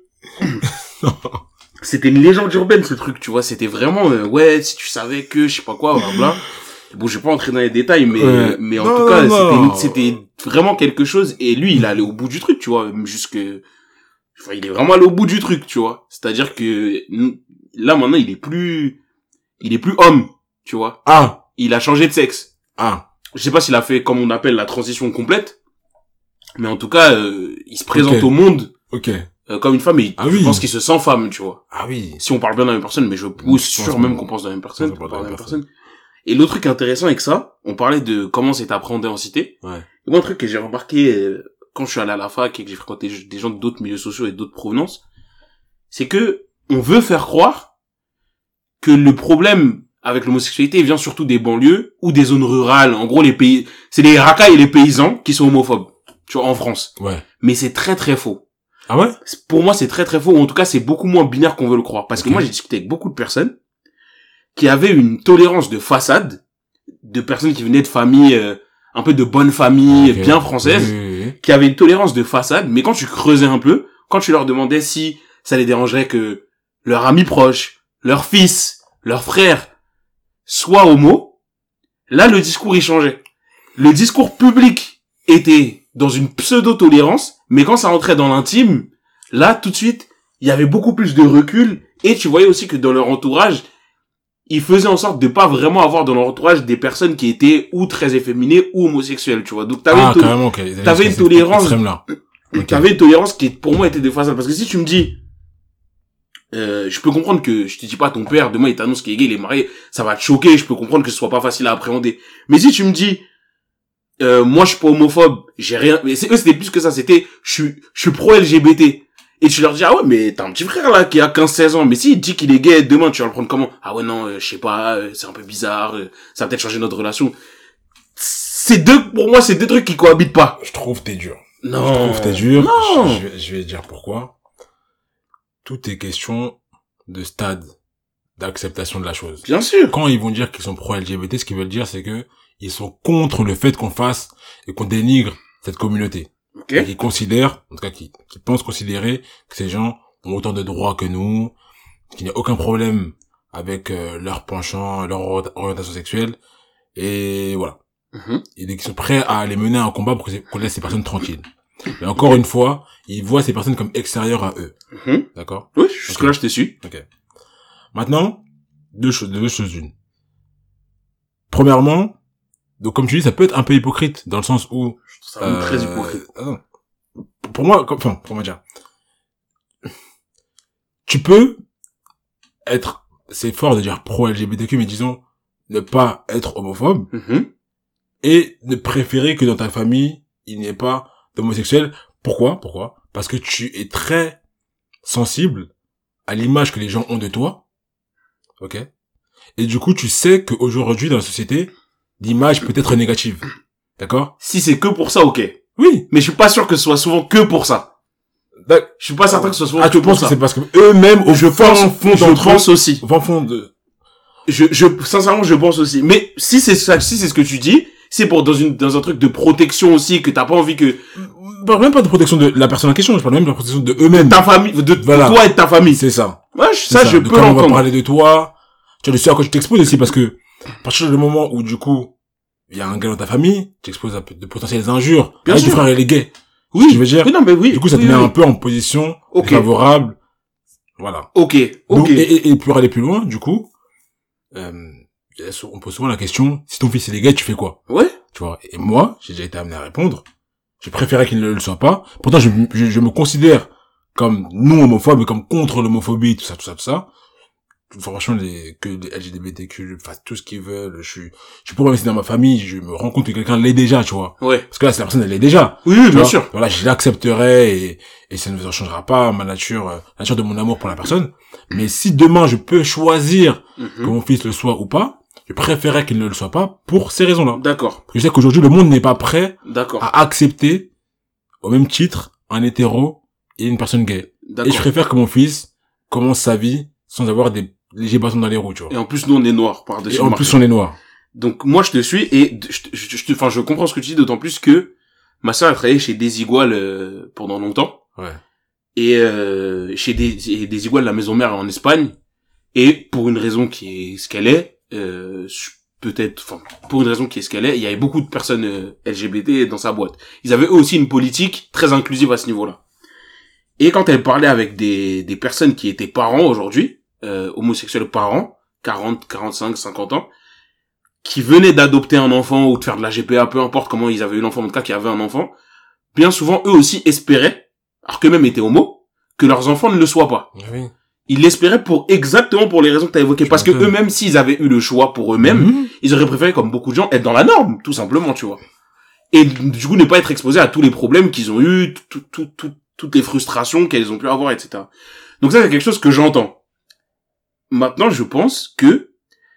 C'était une légende urbaine, ce truc, tu vois. C'était vraiment, ouais, si tu savais que, je sais pas quoi, blablabla. Bon, je vais pas entrer dans les détails, mais,
Ouais.
mais en
Non,
tout cas,
non.
c'était vraiment quelque chose. Et lui, il est allé au bout du truc, tu vois. Même jusque, enfin, il est vraiment allé au bout du truc, tu vois. C'est-à-dire que, là, maintenant, il est plus homme, tu vois.
Ah.
Il a changé de sexe.
Ah.
Je sais pas s'il a fait, comme on appelle, la transition complète. Mais en tout cas, il se présente
Ok.
au monde,
Ok.
comme une femme, et
Ah
je
oui.
pense qu'il se sent femme, tu vois.
Ah oui.
Si on parle bien de la même personne, mais je
Je
suis
pense
sûr
pas.
même qu'on pense de la même personne,
Je pense
qu'on
qu'on
parle de la même
parle de la
personne. Et l'autre truc intéressant avec ça, on parlait de comment c'est appréhendé en cité.
Ouais.
Et moi, un truc que j'ai remarqué quand je suis allé à la fac et que j'ai fréquenté des gens d'autres milieux sociaux et d'autres provenances, c'est que on veut faire croire que le problème avec l'homosexualité vient surtout des banlieues ou des zones rurales. En gros, les pays, c'est les racailles et les paysans qui sont homophobes, tu vois, en France.
Ouais.
Mais c'est très très faux.
Ah ouais?
Pour moi, c'est très très faux, ou en tout cas, c'est beaucoup moins binaire qu'on veut le croire. Parce que
Ok.
moi, j'ai discuté avec beaucoup de personnes qui avaient une tolérance de façade, de personnes qui venaient de familles, un peu de bonnes familles,
Ok.
bien françaises,
Oui.
qui avaient une tolérance de façade, mais quand tu creusais un peu, quand tu leur demandais si ça les dérangerait que leur ami proche, leur fils, leur frère soit homo, là, le discours, il changeait. Le discours public était dans une pseudo-tolérance, mais quand ça rentrait dans l'intime, là, tout de suite, il y avait beaucoup plus de recul, et tu voyais aussi que dans leur entourage, ils faisaient en sorte de pas vraiment avoir dans leur entourage des personnes qui étaient ou très efféminées ou homosexuelles, tu vois. Donc t'avais
Ah,
une,
carrément, ok.
t'avais une tolérance,
Extrême-là. Ok.
t'avais une tolérance qui pour moi était de façade. Parce que si tu me dis, je peux comprendre que je te dis pas ton père demain il t'annonce qu'il est gay, il est marié, ça va te choquer, je peux comprendre que ce soit pas facile à appréhender. Mais si tu me dis moi je suis pas homophobe, j'ai rien, mais eux c'était plus que ça, c'était je suis pro LGBT. Et tu leur dis ah ouais mais t'as un petit frère là qui a 15-16 ans, mais s'il dit qu'il est gay demain tu vas le prendre comment? Ah ouais non, je sais pas, c'est un peu bizarre, ça va peut-être changer notre relation. Pour moi c'est deux trucs qui cohabitent pas.
Je trouve t'es dur.
Non.
Je trouve t'es dur.
Non.
Je vais dire pourquoi. Tout est question de stade d'acceptation de la chose.
Bien sûr.
Quand ils vont dire qu'ils sont pro-LGBT, ce qu'ils veulent dire, c'est que ils sont contre le fait qu'on fasse et qu'on dénigre cette communauté.
Ok.
Et qu'ils considèrent, en tout cas, qui pensent considérer que ces gens ont autant de droits que nous, qu'il n'y a aucun problème avec leur penchant, leur orientation sexuelle, et voilà.
Mhm.
Et qu'ils sont prêts à les mener à un combat pour qu'on laisse ces personnes tranquilles. Et encore une fois, ils voient ces personnes comme extérieures à eux.
Mhm.
D'accord?
Oui, jusque-là, je t'ai su.
Ok. Maintenant, deux choses une. Premièrement, donc comme tu dis, ça peut être un peu hypocrite, dans le sens où...
Ça me très hypocrite.
Attends. Pour moi, comment dire? Tu peux être, c'est fort de dire pro-LGBTQ, mais disons, ne pas être homophobe,
Mhm.
et ne préférer que dans ta famille, il n'y ait pas d'homosexuels. Pourquoi? Parce que tu es très sensible à l'image que les gens ont de toi. Ok? Et du coup, tu sais qu'aujourd'hui, dans la société, l'image peut être négative. D'accord?
Si c'est que pour ça, ok.
Oui.
Mais je suis pas sûr que ce soit souvent que pour ça. Je suis pas certain que ce soit souvent
Ah,
que
tu
pour
penses que
ça.
c'est parce que eux-mêmes, au
Je pense aussi.
au fond de...
Sincèrement, je pense aussi. Mais si c'est ça, si c'est ce que tu dis, c'est pour dans un truc de protection aussi, que t'as pas envie que
Je parle même pas de protection de la personne en question, je parle même de la protection de eux-mêmes.
ta famille,
Voilà.
toi et de ta famille.
C'est ça.
Ouais,
C'est
ça, je
De
peux
quand on va
l'entendre.
parler de toi. Tu vois, le sais à quoi tu t'exposes aussi, parce que, à partir du moment où, du coup, il y a un gars dans ta famille, tu exposes à de potentielles injures.
Bien
Ah,
sûr.
ton frère, il est gay.
Oui.
Je veux dire.
Oui, non, mais oui.
Du coup, ça te
Oui,
met
oui.
un peu en position
Ok.
favorable. Voilà.
Ok.
Donc,
Ok.
et pour aller plus loin, du coup, on pose souvent la question, si ton fils il est gay, tu fais quoi?
Ouais.
Tu vois. Et moi, j'ai déjà été amené à répondre. Je préférais qu'il ne le soit pas. Pourtant, je me considère comme non homophobe et comme contre l'homophobie, tout ça. franchement, que les LGBTQ fassent tout ce qu'ils veulent. Je suis pour, même si dans ma famille, je me rends compte que quelqu'un l'est déjà, tu vois.
Ouais.
Parce que là, c'est la personne, elle l'est déjà.
Oui, bien sûr.
Voilà, je l'accepterai et ça ne changera pas ma nature, la nature de mon amour pour la personne. Mais si demain, je peux choisir que mon fils le soit ou pas, je préférerais qu'il ne le soit pas pour ces raisons-là.
D'accord.
Je sais qu'aujourd'hui, le monde n'est pas prêt
D'accord.
à accepter, au même titre, un hétéro et une personne gay. Et je préfère que mon fils commence sa vie sans avoir des légers bâtons dans les roues, tu vois.
Et en plus, nous, on est noirs par-dessus.
Et en plus, on est noirs.
Donc, moi, je te suis et je comprends ce que tu dis, d'autant plus que ma sœur a travaillé chez Desigual pendant longtemps.
Ouais.
Et chez Desigual, la maison mère en Espagne. Et pour une raison qui est ce qu'elle est, pour une raison qui est ce qu'elle est, il y avait beaucoup de personnes LGBT dans sa boîte. Ils avaient eux aussi une politique très inclusive à ce niveau-là. Et quand elle parlait avec des personnes qui étaient parents aujourd'hui, homosexuels parents, 40, 45, 50 ans, qui venaient d'adopter un enfant ou de faire de la GPA, peu importe comment ils avaient eu l'enfant, en tout cas qui avaient un enfant, bien souvent eux aussi espéraient, alors qu'eux-mêmes étaient homo, que leurs enfants ne le soient pas.
Oui.
Ils l'espéraient exactement pour les raisons que tu as évoquées. Parce que eux-mêmes, s'ils avaient eu le choix pour eux-mêmes, ils auraient préféré, comme beaucoup de gens, être dans la norme, tout simplement, tu vois. Et du coup, ne pas être exposés à tous les problèmes qu'ils ont eu, toutes les frustrations qu'elles ont pu avoir, etc. Donc ça, c'est quelque chose que j'entends. Maintenant, je pense que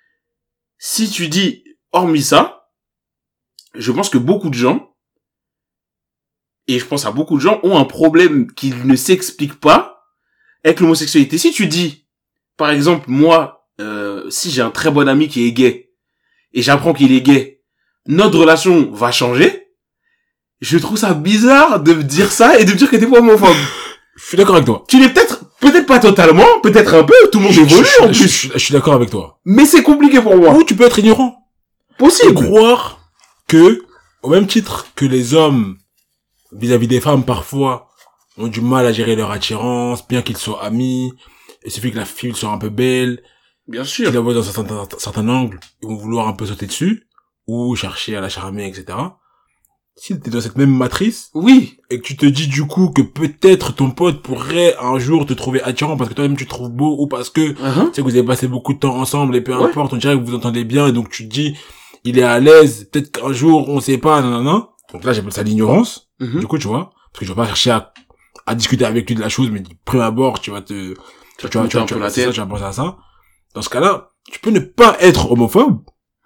si tu dis, hormis ça, je pense que beaucoup de gens, et je pense à beaucoup de gens, ont un problème qui ne s'explique pas avec l'homosexualité. Si tu dis, par exemple, moi, si j'ai un très bon ami qui est gay, et j'apprends qu'il est gay, notre relation va changer, je trouve ça bizarre de me dire ça et de me dire que t'es pas homophobe.
Je suis d'accord avec toi.
Tu l'es peut-être pas totalement, peut-être un peu, tout le monde évolue en plus.
Je suis d'accord avec toi.
Mais c'est compliqué pour moi.
Ou tu peux être ignorant.
Possible.
Et croire que, au même titre que les hommes, vis-à-vis des femmes, parfois, ont du mal à gérer leur attirance, bien qu'ils soient amis, il suffit que la fille soit un peu belle,
bien sûr,
qu'ils la voient dans certains angles, ils vont vouloir un peu sauter dessus, ou chercher à la charmer, etc. Si t'es dans cette même matrice,
oui,
et que tu te dis du coup que peut-être ton pote pourrait un jour te trouver attirant parce que toi-même tu te trouves beau, ou parce que tu sais que vous avez passé beaucoup de temps ensemble, et peu importe, on dirait que vous vous entendez bien, et donc tu te dis, il est à l'aise, peut-être qu'un jour, on sait pas, nanana. Donc là, j'appelle ça l'ignorance, du coup, tu vois, parce que je vais pas chercher à discuter avec lui de la chose, mais du premier abord, tu vas penser à ça. Dans ce cas-là, tu peux ne pas être homophobe,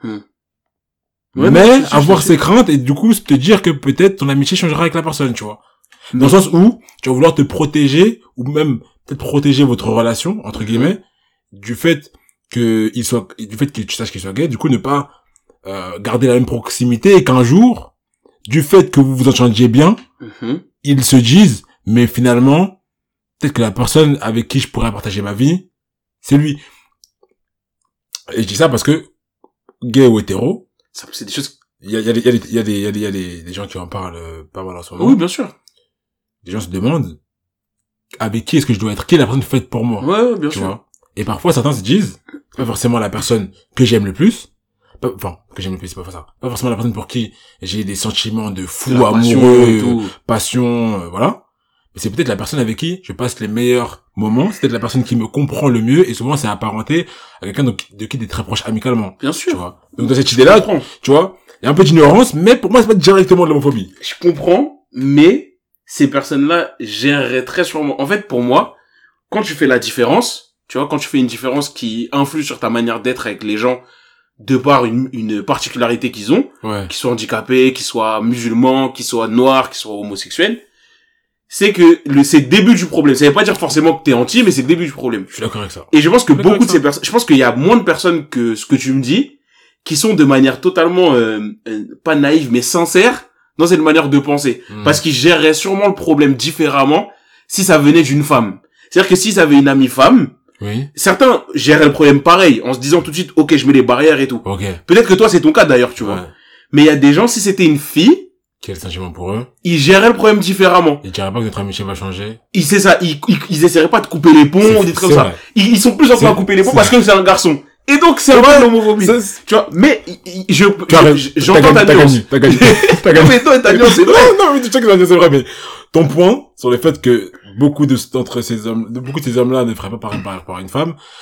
ouais, mais avoir ses craintes et du coup te dire que peut-être ton amitié changera avec la personne, tu vois. Dans le sens où tu vas vouloir te protéger, ou même peut-être protéger votre relation, entre guillemets, du fait que tu saches qu'il soit gay, du coup ne pas garder la même proximité, et qu'un jour, du fait que vous vous entendiez bien, ils se disent, mais finalement, peut-être que la personne avec qui je pourrais partager ma vie, c'est lui. Et je dis ça parce que, gay ou hétéro,
c'est des choses...
Il y a des gens qui en parlent pas mal en ce moment.
Oui, bien sûr.
Les gens se demandent, avec qui est-ce que je dois être? Qui est la personne faite pour moi?
Ouais, bien sûr.
Vois. Et parfois, certains se disent, c'est pas forcément la personne que j'aime le plus, c'est pas ça. Pas forcément la personne pour qui j'ai des sentiments de fou amoureux, passion, voilà. Mais c'est peut-être la personne avec qui je passe les meilleurs moments. C'est peut-être la personne qui me comprend le mieux, et souvent c'est apparenté à quelqu'un de qui t'es très proche amicalement.
Bien sûr.
Tu vois. Donc dans cette idée-là, tu vois, il y a un peu d'ignorance, mais pour moi c'est pas directement de l'homophobie.
Je comprends, mais ces personnes-là géreraient très sûrement. En fait, pour moi, quand tu fais la différence, tu vois, quand tu fais une différence qui influe sur ta manière d'être avec les gens, de par une particularité qu'ils ont, qu'ils soient handicapés, qu'ils soient musulmans, qu'ils soient noirs, qu'ils soient homosexuels, c'est que c'est le début du problème. Ça veut pas dire forcément que t'es anti, mais c'est le début du problème.
Je suis d'accord avec ça.
Et je pense que beaucoup de ces personnes, je pense qu'il y a moins de personnes que ce que tu me dis, qui sont de manière totalement, pas naïve, mais sincère, dans cette manière de penser. Parce qu'ils géreraient sûrement le problème différemment si ça venait d'une femme. C'est-à-dire que s'ils avaient une amie femme, certains géraient le problème pareil, en se disant tout de suite, ok, je mets les barrières et tout. Peut-être que toi, c'est ton cas d'ailleurs, tu vois. Mais il y a des gens, si c'était une fille,
quel sentiment pour eux?
Ils géraient le problème différemment.
Ils diraient pas que notre amitié va changer.
C'est ça, ils essaieraient pas de couper les ponts ou des trucs comme ça. Ils sont plus en train de couper les ponts parce que c'est un garçon. Et donc, c'est vrai l'homophobie. Tu vois, mais, j'entends ta nuance.
T'as gagné.
Mais toi, ta nuance, c'est vrai.
Non, mais tu sais que c'est vrai, mais ton point sur le fait que beaucoup de ces hommes-là ne feraient pas par une femme,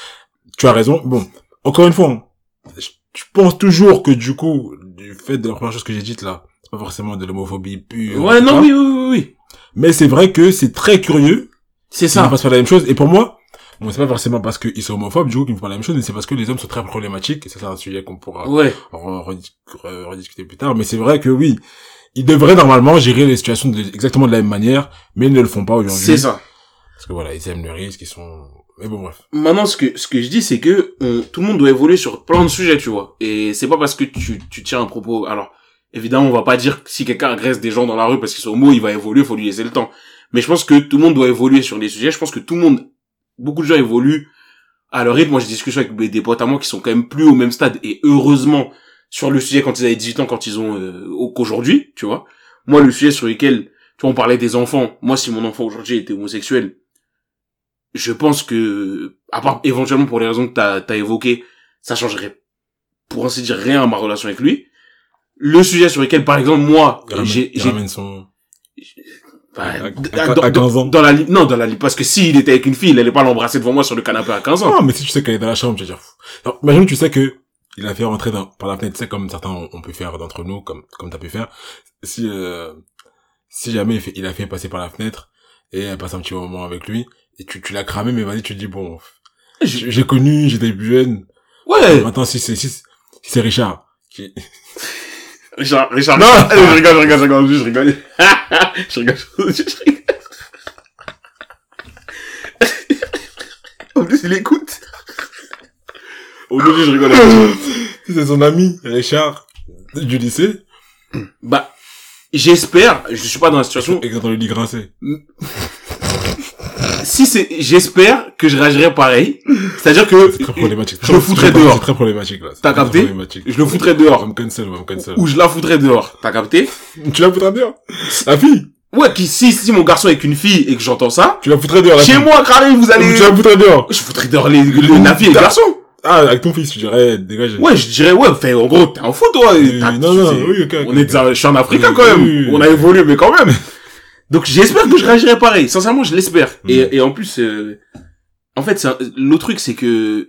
tu as raison. Bon, encore une fois, je pense toujours que du coup, du fait de la première chose que j'ai dite là, c'est pas forcément de l'homophobie pure.
Ouais, non, oui.
Mais c'est vrai que c'est très curieux.
C'est
Ça.
ça.
Ils fassent pas la même chose. Et pour moi, bon, c'est pas forcément parce qu'ils sont homophobes, du coup, qu'ils me font la même chose, mais c'est parce que les hommes sont très problématiques. Et ça, c'est un sujet qu'on pourra rediscuter plus tard. Mais c'est vrai que oui, ils devraient normalement gérer les situations exactement de la même manière, mais ils ne le font pas aujourd'hui.
C'est ça.
Parce que voilà, ils aiment le risque, ils sont... Mais bon, bref.
Maintenant, ce que je dis, c'est que tout le monde doit évoluer sur plein de sujets, tu vois. Et c'est pas parce que tu tiens un propos... Alors, évidemment, on va pas dire que si quelqu'un agresse des gens dans la rue parce qu'ils sont homo, il va évoluer, faut lui laisser le temps. Mais je pense que tout le monde doit évoluer sur les sujets. Je pense que beaucoup de gens évoluent à leur rythme. Moi, j'ai discuté avec des potes à moi qui sont quand même plus au même stade. Et heureusement, sur le sujet quand ils avaient 18 ans, quand ils ont qu'aujourd'hui, tu vois. Moi, le sujet sur lequel, tu vois, on parlait des enfants. Moi, si mon enfant aujourd'hui était homosexuel, je pense que, à part éventuellement pour les raisons que t'as évoquées, ça changerait, pour ainsi dire, rien à ma relation avec lui. Le sujet sur lequel, par exemple, moi,
il ramène son...
à
15 ans.
Dans la parce que s'il était avec une fille, il allait pas l'embrasser devant moi sur le canapé à 15 ans.
Non, mais si tu sais qu'elle est dans la chambre, tu vas dire... Alors, imagine, tu sais que il a fait rentrer par la fenêtre, tu sais, comme certains on peut faire d'entre nous, comme t'as pu faire. Si jamais il a fait passer par la fenêtre, et elle passe un petit moment avec lui, et tu l'as cramé, mais vas-y, tu te dis, bon, j'ai connu, j'étais plus jeune.
Ouais.
Maintenant, si c'est Richard, qui...
Richard.
Non!
Je rigole. Je rigole. En plus, il écoute. Aujourd'hui, je rigole.
Si c'est son ami, Richard, du lycée.
Bah, j'espère, je suis pas dans la situation.
Et quand on lui dit grincer.
J'espère que je réagirais pareil. C'est-à-dire que
c'est très problématique.
Je le foutrais dehors.
C'est très problématique, là.
T'as capté? Je le foutrais dehors.
On me cancel.
Ou je la foutrais dehors. T'as capté?
Tu la foutrais dehors? La fille?
Ouais, si mon garçon est avec une fille et que j'entends ça.
Tu la foutrais dehors,
chez moi, Karim, vous allez...
Tu la foutrais dehors?
Je foutrais dehors la fille et le garçon.
Ah, avec ton fils, tu dirais, dégage.
Ouais, je dirais, ouais, en gros, t'es un fou, toi.
Oui, ok.
Je suis en Africain, quand même. Oui. On a évolué, mais quand même. Donc, j'espère que je réagirai pareil. Sincèrement, je l'espère. Et en plus, en fait, l'autre truc, c'est que,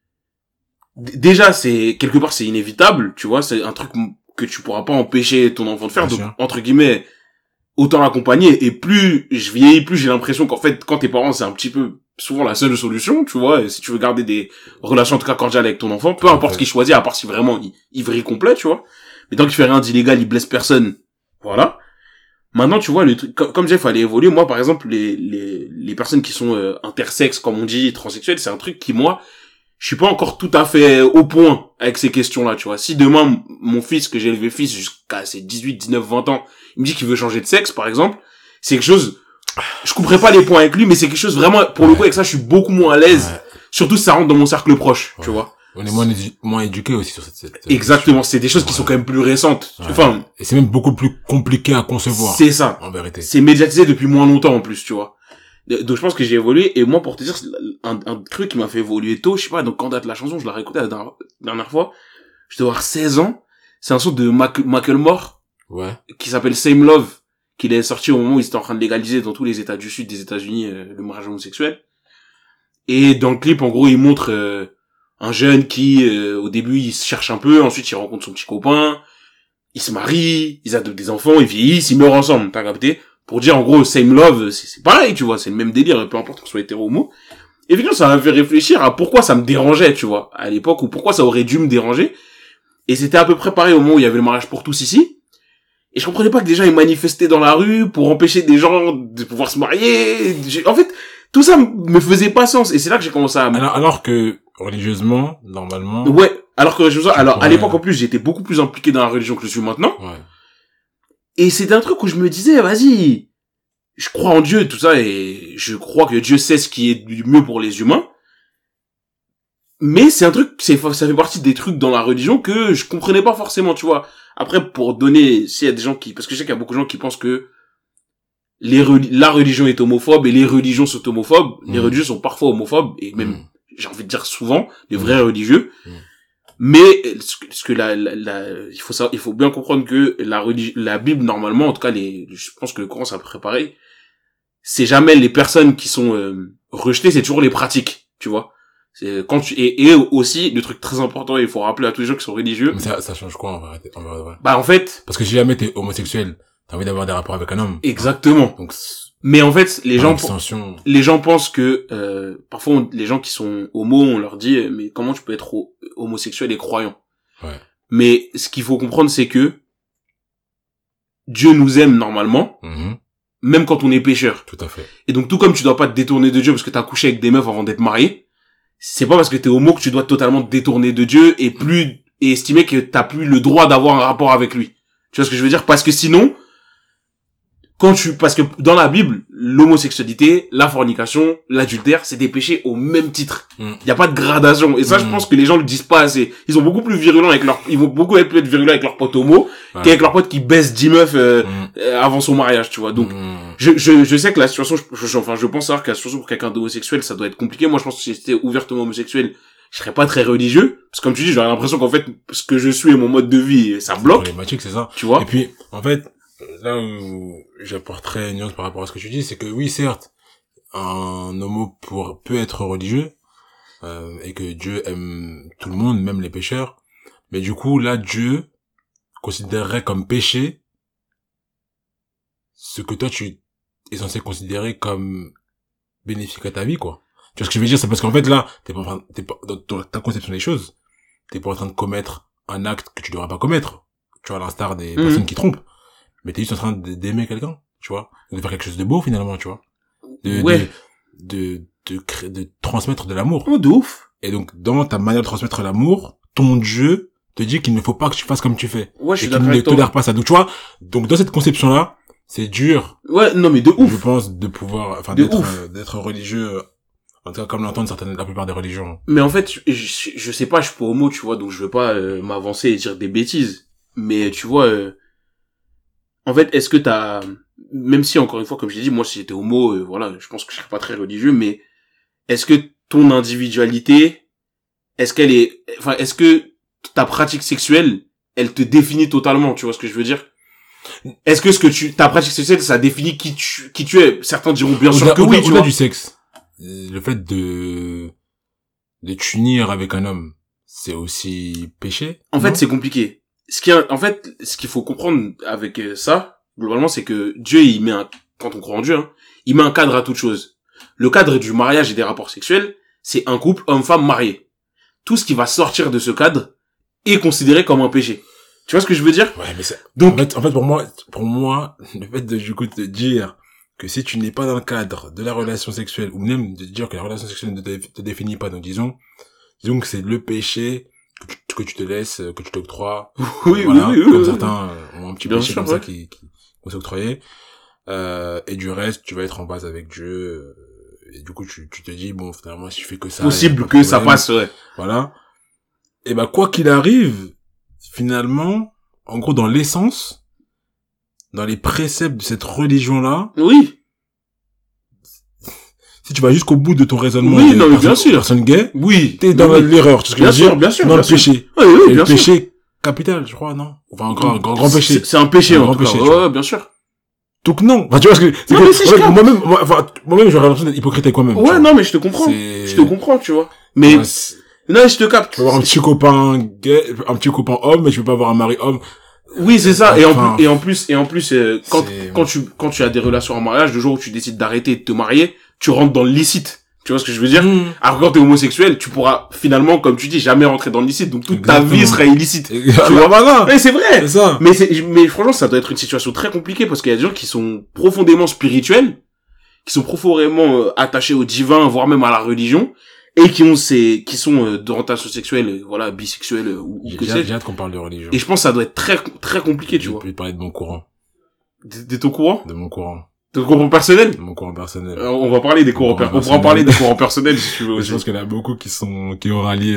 déjà, quelque part, c'est inévitable, tu vois, c'est un truc que tu pourras pas empêcher ton enfant de faire.
Bien
donc,
sûr.
entre guillemets, autant l'accompagner. Et plus je vieillis, plus j'ai l'impression qu'en fait, quand t'es parents, c'est un petit peu souvent la seule solution, tu vois. Et si tu veux garder des relations en tout cas cordiales avec ton enfant, peu importe ce qu'il choisit, à part si vraiment il vrille complet, tu vois. Mais tant qu'il fait rien d'illégal, il blesse personne. Voilà. Maintenant, tu vois, le truc, comme j'ai fallait évoluer. Moi, par exemple, les personnes qui sont intersexes, comme on dit, transsexuelles, c'est un truc qui, moi, je suis pas encore tout à fait au point avec ces questions-là, tu vois. Si demain, mon fils, que j'ai élevé fils jusqu'à ses 18, 19, 20 ans, il me dit qu'il veut changer de sexe, par exemple, c'est quelque chose, je couperai pas les points avec lui, mais c'est quelque chose vraiment, pour le coup, avec ça, je suis beaucoup moins à l'aise. Ouais. Surtout si ça rentre dans mon cercle proche, tu vois.
On est moins éduqués aussi sur cette
Exactement, c'est des choses qui sont quand même plus récentes. Ouais. Enfin.
Et c'est même beaucoup plus compliqué à concevoir.
C'est ça.
En vérité.
C'est médiatisé depuis moins longtemps, en plus, tu vois. Donc je pense que j'ai évolué, et moi, pour te dire, un truc qui m'a fait évoluer tôt, je sais pas, donc quand date la chanson, je l'ai réécoutée la dernière fois, je dois avoir 16 ans, c'est un son de Macklemore,
ouais,
qui s'appelle Same Love, qu'il est sorti au moment où ils étaient en train de légaliser dans tous les États du Sud des États-Unis le mariage homosexuel. Et dans le clip, en gros, il montre un jeune qui, au début, il se cherche un peu, ensuite il rencontre son petit copain, ils se marient, ils adoptent des enfants, ils vieillissent, ils meurent ensemble, t'as capté? Pour dire, en gros, same love, c'est pareil, tu vois, c'est le même délire, peu importe qu'on soit hétéro ou homo. Et finalement, ça m'a fait réfléchir à pourquoi ça me dérangeait, tu vois, à l'époque, ou pourquoi ça aurait dû me déranger. Et c'était à peu près pareil au moment où il y avait le mariage pour tous ici. Et je comprenais pas que des gens, ils manifestaient dans la rue pour empêcher des gens de pouvoir se marier. En fait, tout ça me faisait pas sens. Et c'est là que j'ai commencé à...
Alors que, religieusement, normalement...
Ouais, alors que religieusement... Alors, à l'époque, en plus, j'étais beaucoup plus impliqué dans la religion que je suis maintenant.
Ouais.
Et c'était un truc où je me disais, vas-y, je crois en Dieu, tout ça, et je crois que Dieu sait ce qui est du mieux pour les humains. Mais c'est un truc, ça fait partie des trucs dans la religion que je comprenais pas forcément, tu vois. Après, pour donner, s'il y a des gens parce que je sais qu'il y a beaucoup de gens qui pensent que la religion est homophobe et les religions sont homophobes. Les religieux sont parfois homophobes, et même, j'ai envie de dire souvent, les vrais religieux. Mais ce que il faut bien comprendre que la Bible, normalement, en tout cas je pense que le Coran c'est à peu près pareil, c'est jamais les personnes qui sont rejetées, c'est toujours les pratiques, tu vois. C'est quand tu et aussi le truc très important, il faut rappeler à tous les gens qui sont religieux.
Mais ça change quoi, en vrai, ouais.
Bah, en fait.
Parce que si jamais t'es homosexuel, t'as envie d'avoir des rapports avec un homme.
Exactement.
Donc,
mais en fait, les gens pensent que, parfois, les gens qui sont homos, on leur dit, mais comment tu peux être homosexuel et croyant?
Ouais.
Mais ce qu'il faut comprendre, c'est que Dieu nous aime normalement, même quand on est pécheur.
Tout à fait.
Et donc, tout comme tu dois pas te détourner de Dieu parce que t'as couché avec des meufs avant d'être marié, c'est pas parce que t'es homo que tu dois totalement te détourner de Dieu et estimer que t'as plus le droit d'avoir un rapport avec lui. Tu vois ce que je veux dire? Parce que sinon, parce que dans la Bible, l'homosexualité, la fornication, l'adultère, c'est des péchés au même titre. Il y a pas de gradation. Et ça, je pense que les gens le disent pas assez. Ils sont beaucoup plus virulents ils vont beaucoup être plus virulents avec leurs potes homo qu'avec leurs potes qui baissent 10 meufs, avant son mariage, tu vois. Donc, je sais que la situation, je pense savoir que la situation pour quelqu'un d'homosexuel, ça doit être compliqué. Moi, je pense que si j'étais ouvertement homosexuel, je serais pas très religieux. Parce que comme tu dis, j'aurais l'impression qu'en fait, ce que je suis et mon mode de vie, ça bloque.
C'est problématique, c'est ça.
Tu vois.
Et puis, en fait, là où j'apporterais une nuance par rapport à ce que tu dis, c'est que oui, certes, un homo peut être religieux, et que Dieu aime tout le monde, même les pécheurs, mais du coup, là, Dieu considérerait comme péché ce que toi, tu es censé considérer comme bénéfique à ta vie, quoi. Tu vois ce que je veux dire? C'est parce qu'en fait, là, t'es pas, dans ta conception des choses, t'es pas en train de commettre un acte que tu devrais pas commettre. Tu vois, à l'instar des personnes qui trompent. Mais t'es juste en train d'aimer quelqu'un, tu vois, de faire quelque chose de beau finalement, tu vois, de transmettre de l'amour.
Oh, de ouf.
Et donc dans ta manière de transmettre l'amour, ton Dieu te dit qu'il ne faut pas que tu fasses comme tu fais.
Ouais, je suis
d'accord. Et qu'il ne tolère pas ça. Donc tu vois, donc dans cette conception là, c'est dur.
Ouais, non mais de ouf.
Je pense de pouvoir, enfin d'être religieux, en tout cas comme l'entendent la plupart des religions.
Mais en fait, je sais pas, je suis pas homo, tu vois, donc je veux pas m'avancer et dire des bêtises. Mais tu vois. En fait, est-ce que même si encore une fois, comme je l'ai dit, moi si j'étais homo, voilà, je pense que je serais pas très religieux, mais est-ce que ton individualité, est-ce que ta pratique sexuelle, elle te définit totalement, tu vois ce que je veux dire? Est-ce que ta pratique sexuelle, ça définit qui tu es? Certains diront bien sûr que oui, tu vois.
Au-delà du sexe, le fait de t'unir avec un homme, c'est aussi péché?
En fait, c'est compliqué. Ce qu'il faut comprendre avec ça, globalement, c'est que Dieu, quand on croit en Dieu, il met un cadre à toute chose. Le cadre du mariage et des rapports sexuels, c'est un couple homme-femme marié. Tout ce qui va sortir de ce cadre est considéré comme un péché. Tu vois ce que je veux dire?
Ouais, mais donc, en fait, pour moi, le fait de, du coup, te dire que si tu n'es pas dans le cadre de la relation sexuelle, ou même de dire que la relation sexuelle ne te définit pas, donc disons que c'est le péché, que tu te laisses, que tu t'octroies.
Oui,
voilà,
oui,
comme certains ont un petit
bien
péché
sûr,
comme ça qui vont s'octroyer. Et du reste, tu vas être en base avec Dieu, et du coup, tu te dis, bon, finalement, si je fais que ça.
Possible que ça passe, ouais.
Voilà. Et bah, quoi qu'il arrive, finalement, en gros, dans l'essence, dans les préceptes de cette religion-là.
Oui.
Si tu vas jusqu'au bout de ton raisonnement,
oui, non, mais bien sûr,
personne gay,
oui,
t'es dans l'erreur, tu sais ce que je veux dire,
bien sûr,
dans le péché.
Oui, oui,
et
bien
le péché capital, je crois, non? Enfin, encore un grand péché.
C'est un péché,
un
en
grand
tout cas.
péché.
Ouais, bien sûr.
Donc non. Enfin, tu vois ce que,
non, mais c'est
moi-même, j'aurais l'impression d'être hypocrite avec moi-même.
Ouais, non, mais je te comprends. Je te comprends, tu vois. Mais, non, je te capte.
Tu peux avoir un petit copain gay, un petit copain homme, mais tu peux pas avoir un mari homme.
Oui, c'est ça. Et en plus, quand tu as des relations en mariage, le jour où tu décides d'arrêter et de te marier, tu rentres dans le licite. Tu vois ce que je veux dire? Alors quand t'es homosexuel, tu pourras finalement, comme tu dis, jamais rentrer dans le licite. Donc toute ta vie sera illicite. Tu vois?
Voilà.
Mais c'est vrai.
C'est ça.
Mais franchement, ça doit être une situation très compliquée parce qu'il y a des gens qui sont profondément spirituels, qui sont profondément attachés au divin, voire même à la religion, et qui sont d'orientation sexuelle, voilà, bisexuelle ou que sais-je.
J'ai hâte qu'on parle de religion.
Et je pense que ça doit être très très compliqué, tu vois.
Je vais te parler de mon courant.
De ton courant?
De mon courant.
De ton courant personnel?
De mon courant personnel.
On va parler des courants personnels. On pourra en parler des courants personnels si tu veux aussi.
Je pense qu'il y en a beaucoup qui ont rallié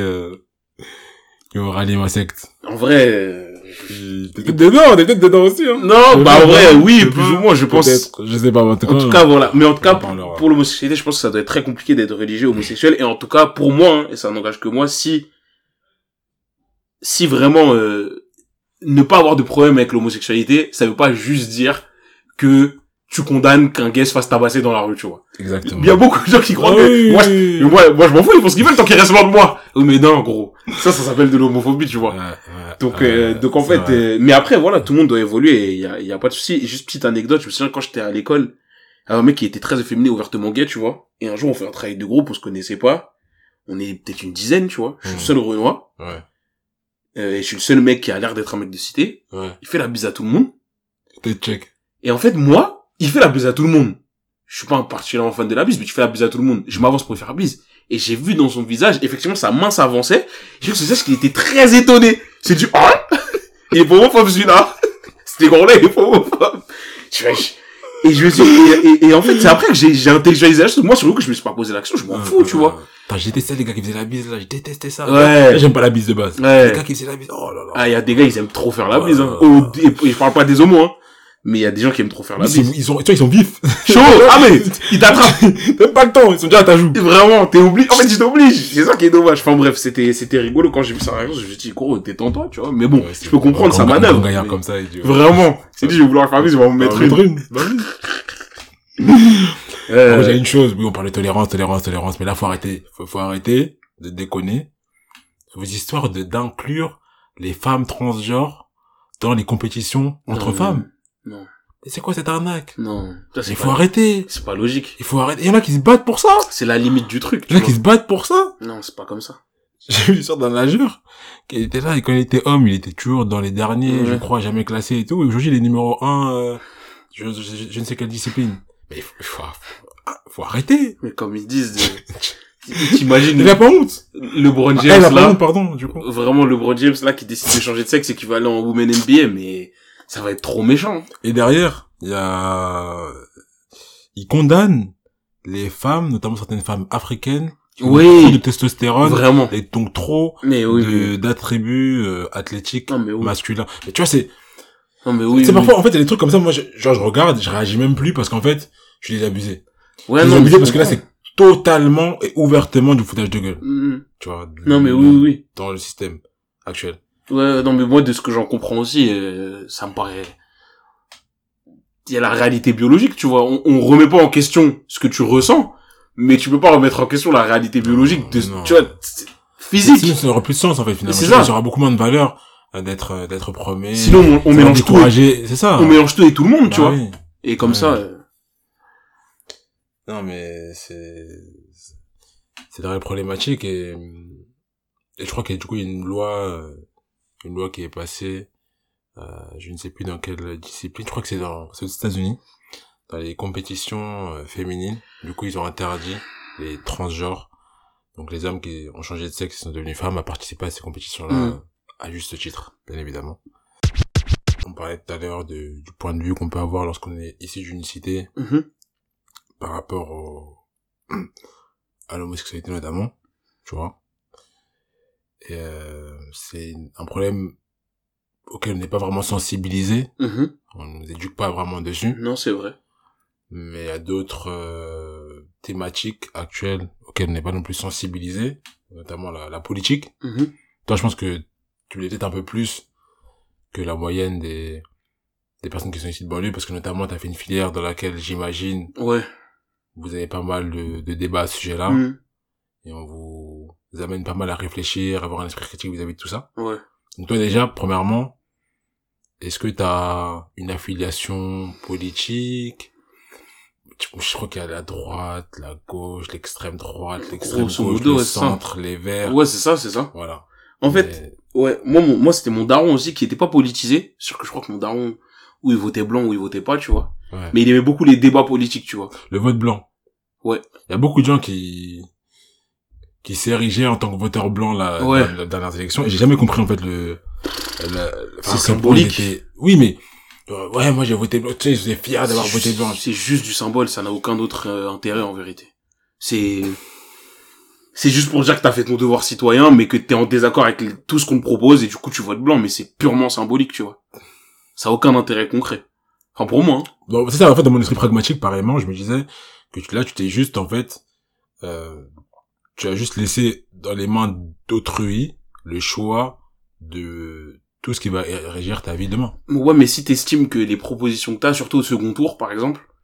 ma secte.
En vrai,
t'es peut-être dedans aussi, hein.
Non, bah, en vrai, oui, plus ou moins, je pense.
Je sais pas, en
tout cas, voilà. Mais en tout cas, pour l'homosexualité, je pense que ça doit être très compliqué d'être religieux homosexuel. Et en tout cas, pour moi, et ça n'engage que moi, si vraiment, ne pas avoir de problème avec l'homosexualité, ça veut pas juste dire que tu condamnes qu'un gay se fasse tabasser dans la rue, tu vois.
Exactement.
Il y a beaucoup de gens qui croient que moi je m'en fous, ils font ce qu'ils veulent tant qu'ils restent loin de moi. Oui, mais non, gros. Ça s'appelle de l'homophobie, tu vois. Donc en fait, mais après, voilà, tout le monde doit évoluer et il y a pas de souci. Et juste petite anecdote, je me souviens quand j'étais à l'école, un mec qui était très efféminé, ouvertement gay, tu vois. Et un jour, on fait un travail de groupe, on se connaissait pas. On est peut-être une dizaine, tu vois. Je suis le seul Renoir.
Ouais.
Et je suis le seul mec qui a l'air d'être un mec de cité.
Ouais.
Il fait la bise à tout le monde.
T'es check.
Et en fait, moi, il fait la bise à tout le monde. Je suis pas un particulièrement fan de la bise, mais tu fais la bise à tout le monde. Je m'avance pour lui faire la bise. Et j'ai vu dans son visage, effectivement, sa main s'avançait. J'ai vu que ce visage qu'il était très étonné. C'est du, ah! Il est homophobe, celui-là. C'était gros là, il est homophobe. Et je me suis, et en fait, c'est après que j'ai intellectualisé la chose. Moi, sur le coup, je me suis pas posé l'action, je m'en fous, tu vois.
Putain, j'ai détesté les gars qui faisaient la bise, là, j'ai détesté ça.
Ouais.
Là, j'aime pas la bise de base.
Ouais.
Les gars qui faisaient la bise, oh là là.
Ah, il y a des gars, ils aiment trop faire la bise, hein. Oh, et je parle pas des homos, hein. Mais il y a des gens qui aiment trop faire la bise.
Ils sont vifs.
Chaud! Ah, mais, ils t'attrapent.
Même pas le temps, ils sont déjà à ta joue.
Vraiment, t'es obligé. En fait, tu t'obliges. C'est ça qui est dommage. Enfin bref, c'était rigolo quand j'ai vu sa réaction. Je me suis dit, gros, détends-toi, tu vois. Mais bon, je peux comprendre sa manœuvre.
Un gars comme ça,
vraiment. C'est dit, je vais vouloir faire la bise, je vais m'en mettre une.
J'ai une chose, oui, on parle de tolérance, mais là, faut arrêter de déconner. Vos histoires d'inclure les femmes transgenres dans les compétitions entre femmes.
Non.
Et c'est quoi cette arnaque?
Non.
Il faut arrêter.
C'est pas logique.
Il faut arrêter. Il y en a qui se battent pour ça.
C'est la limite du truc.
Il y en a qui se battent pour ça.
Non, c'est pas comme ça.
J'ai vu l'histoire d'un nageur qui était là, et quand il était homme, il était toujours dans les derniers, je crois, jamais classé et tout. Et aujourd'hui, il est numéro 1, je ne sais quelle discipline. Mais il faut arrêter.
Mais comme ils disent, t'imagines.
Il a pas honte.
LeBron James,
il a pas honte, pardon, du coup.
Vraiment, LeBron James, là, qui décide de changer de sexe équivalent en Women NBA, mais ça va être trop méchant.
Et derrière, il condamne les femmes, notamment certaines femmes africaines, qui ont trop de testostérone.
Vraiment.
Et donc trop d'attributs athlétiques masculins. Mais tu vois, c'est...
Non, mais oui.
C'est parfois, en fait, il y a des trucs comme ça, moi, je regarde, je réagis même plus parce qu'en fait, je suis désabusé.
Ouais,
non, mais parce que là, c'est totalement et ouvertement du foutage de gueule. Tu vois.
Non, mais oui.
Dans le système actuel.
Ouais, non, mais moi, de ce que j'en comprends aussi, ça me paraît... Il y a la réalité biologique, tu vois. On remet pas en question ce que tu ressens, mais tu peux pas remettre en question la réalité biologique de, tu vois, physique.
Sinon, ça n'aura plus de sens, en fait, finalement.
C'est ça.
Ça aura beaucoup moins de valeur d'être premier.
Sinon, on mélange tout.
C'est ça.
On mélange tout et tout le monde, tu vois. Oui. Et comme ça...
Non, mais c'est de vraies problématiques et je crois que du coup, il y a une loi qui est passée, je ne sais plus dans quelle discipline, je crois que c'est aux États-Unis, dans les compétitions féminines. Du coup, ils ont interdit les transgenres, donc les hommes qui ont changé de sexe et sont devenus femmes, à participer à ces compétitions-là, à juste titre, bien évidemment. On parlait tout à l'heure du point de vue qu'on peut avoir lorsqu'on est issu d'une cité, par rapport à l'homosexualité notamment, tu vois. Et c'est un problème auquel on n'est pas vraiment sensibilisé. On nous éduque pas vraiment dessus.
Non, c'est vrai.
Mais il y a d'autres thématiques actuelles auxquelles on n'est pas non plus sensibilisé, notamment la politique. Toi, je pense que tu l'es peut-être un peu plus que la moyenne des personnes qui sont ici de banlieue, parce que notamment t'as fait une filière dans laquelle j'imagine vous avez pas mal de débats à ce sujet-là, et on vous amène pas mal à réfléchir, à avoir un esprit critique vis-à-vis de tout ça. Donc toi déjà, premièrement, est-ce que t'as une affiliation politique? Je crois qu'il y a la droite, la gauche, l'extrême droite, l'extrême gauche, le centre, les verts.
Ouais, c'est ça.
Voilà.
En fait, moi c'était mon daron aussi qui était pas politisé. Sûr que je crois que mon daron, où il votait blanc, où il votait pas, tu vois. Mais il aimait beaucoup les débats politiques, tu vois.
Le vote blanc.
Ouais.
Il y a beaucoup de gens qui s'érigeaient en tant que voteur blanc dans les dernières élections, et j'ai jamais compris en fait
c'est symbolique.
Oui, mais moi j'ai voté blanc, tu sais, j'étais fier d'avoir voté blanc.
C'est juste du symbole, ça n'a aucun autre intérêt en vérité. C'est juste pour dire que t'as fait ton devoir citoyen, mais que t'es en désaccord avec tout ce qu'on te propose, et du coup tu votes blanc, mais c'est purement symbolique, tu vois. Ça a aucun intérêt concret. Enfin, pour moi, hein.
Donc, c'est ça, en fait, dans mon esprit pragmatique, pareillement, je me disais que tu t'es juste, en fait, tu as juste laissé dans les mains d'autrui le choix de tout ce qui va régir ta vie demain.
Ouais, mais si t'estimes que les propositions que t'as, surtout au second tour, par exemple,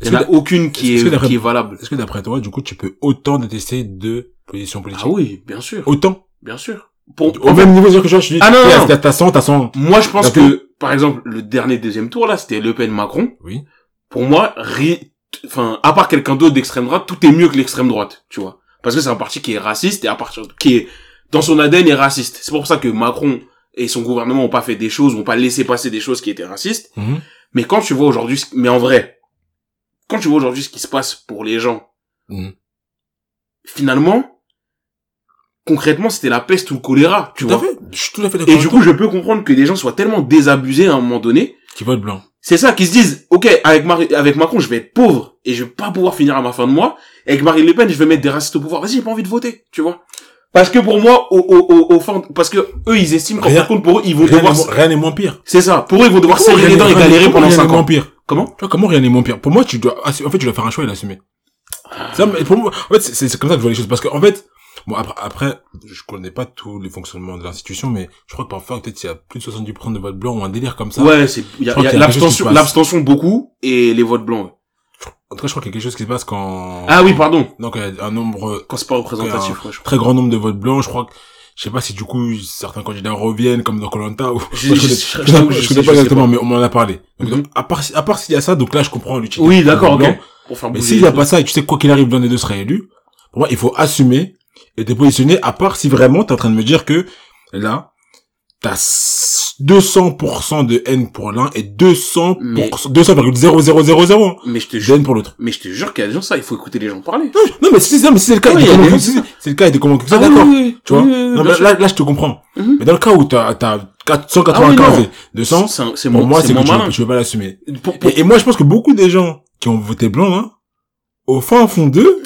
Il y en a aucune qui est valable.
Est-ce que d'après toi, du coup, tu peux autant détester deux positions politiques?
Ah oui, bien sûr.
Autant?
Bien sûr.
Au même niveau, dire que je dis, t'as 100.
Moi, je pense que, par exemple, le dernier deuxième tour, là, c'était Le Pen-Macron.
Oui.
Pour moi, à part quelqu'un d'autre d'extrême droite, tout est mieux que l'extrême droite, tu vois. Parce que c'est un parti qui est raciste et qui est, dans son ADN, est raciste. C'est pour ça que Macron et son gouvernement ont pas fait des choses, ont pas laissé passer des choses qui étaient racistes.
Mm-hmm.
Mais quand tu vois aujourd'hui, mais en vrai, quand tu vois aujourd'hui ce qui se passe pour les gens, finalement, concrètement, c'était la peste ou le choléra, tu vois.
Tout à fait. Je suis tout à fait d'accord.
Et du coup, je peux comprendre que des gens soient tellement désabusés à un moment donné.
Qui votent blanc.
C'est ça, qui se disent, ok, avec Macron, je vais être pauvre et je vais pas pouvoir finir à ma fin de mois. Avec Marine Le Pen, je vais mettre des racistes au pouvoir. Vas-y, j'ai pas envie de voter, tu vois. Parce que pour moi, parce que eux, ils estiment qu'en fin de compte, pour eux, ils vont devoir...
Rien n'est moins pire.
C'est ça. Pour eux, ils vont devoir serrer les dents et galérer pendant 5 ans. Comment?
Tu vois, comment rien n'est moins pire? Pour moi, tu dois faire un choix et l'assumer. Ça, mais pour moi, en fait, c'est comme ça que je vois les choses. Parce que, en fait, bon, après, je connais pas tous les fonctionnements de l'institution, mais je crois que parfois, peut-être, il y a plus de 70% de votes blancs ou un délire comme ça.
Ouais, il y a l'abstention beaucoup et les votes blancs, ouais.
En tout cas, je crois qu'il y a quelque chose qui se passe quand...
Ah oui, pardon.
Donc, il y a un nombre...
Quand c'est pas représentatif, ouais,
très grand nombre de votes blancs, je crois que... Je sais pas si du coup, certains candidats reviennent, comme dans Koh-Lanta, ou... Je connais pas exactement, mais on m'en a parlé. Donc, à part s'il y a ça, donc là, je comprends l'utilité.
Oui, d'accord, ok.
Mais s'il y a pas ça, et tu sais quoi qu'il arrive, l'un des deux sera élu, pour moi, il faut assumer et te positionner, à part si vraiment t'es en train de me dire que, là, t'as 200% de haine pour l'un et 200,0000
mais je te
jure, de haine pour l'autre.
Mais je te jure qu'il y a des gens, ça, il faut écouter les gens parler.
Non, mais si c'est le cas, c'est le cas, il est convaincu. D'accord. Tu vois? Non, mais là, je te comprends. Mais dans le cas où t'as 195 et 200, pour moi, c'est que tu veux pas l'assumer. Et moi, je pense que beaucoup des gens qui ont voté blanc, là, au fin fond d'eux,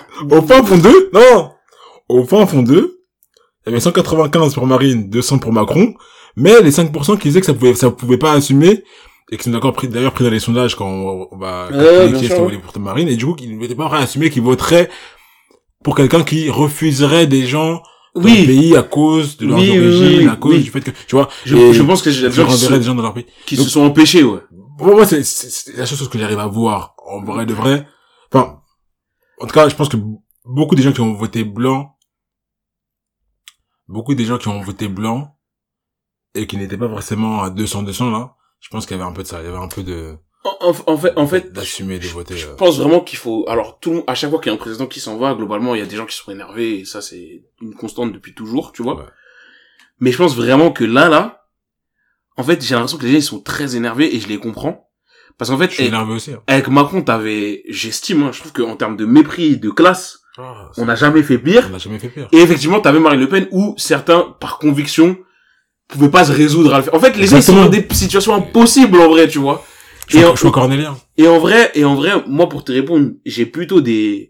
il y avait 195 pour Marine, 200 pour Macron, mais les 5% qui disaient que ça pouvait pas assumer, et qui sont d'ailleurs pris dans les sondages quand on va calculer qui est-ce qui votait pour Marine, et du coup, qu'ils n'étaient pas prêts à assumer qu'ils voteraient pour quelqu'un qui refuserait des gens dans le pays à cause de leur origine, à cause du fait que, tu vois.
Je pense que j'ai des
gens dans leur pays.
Qui se sont empêchés, ouais.
Pour moi, c'est la seule chose que j'arrive à voir, en vrai de vrai. Enfin, en tout cas, je pense que beaucoup des gens qui ont voté blanc, et qui n'étaient pas forcément à 200 là, je pense qu'il y avait un peu de ça, il y avait un peu de...
En fait,
d'assumer de voter.
Je pense vraiment qu'il faut, alors à chaque fois qu'il y a un président qui s'en va, globalement, il y a des gens qui sont énervés, et ça c'est une constante depuis toujours, tu vois. Ouais. Mais je pense vraiment que là, en fait, j'ai l'impression que les gens ils sont très énervés et je les comprends. Parce qu'en fait,
je suis énervé aussi.
Avec Macron, j'estime, je trouve qu'en termes de mépris, de classe, on n'a jamais fait pire. Et effectivement, t'avais Marine Le Pen où certains, par conviction, pouvaient pas se résoudre à le faire. En fait, les gens, ils sont dans des situations impossibles, en vrai, tu vois.
Je suis cornélien.
Et en vrai, moi, pour te répondre, j'ai plutôt des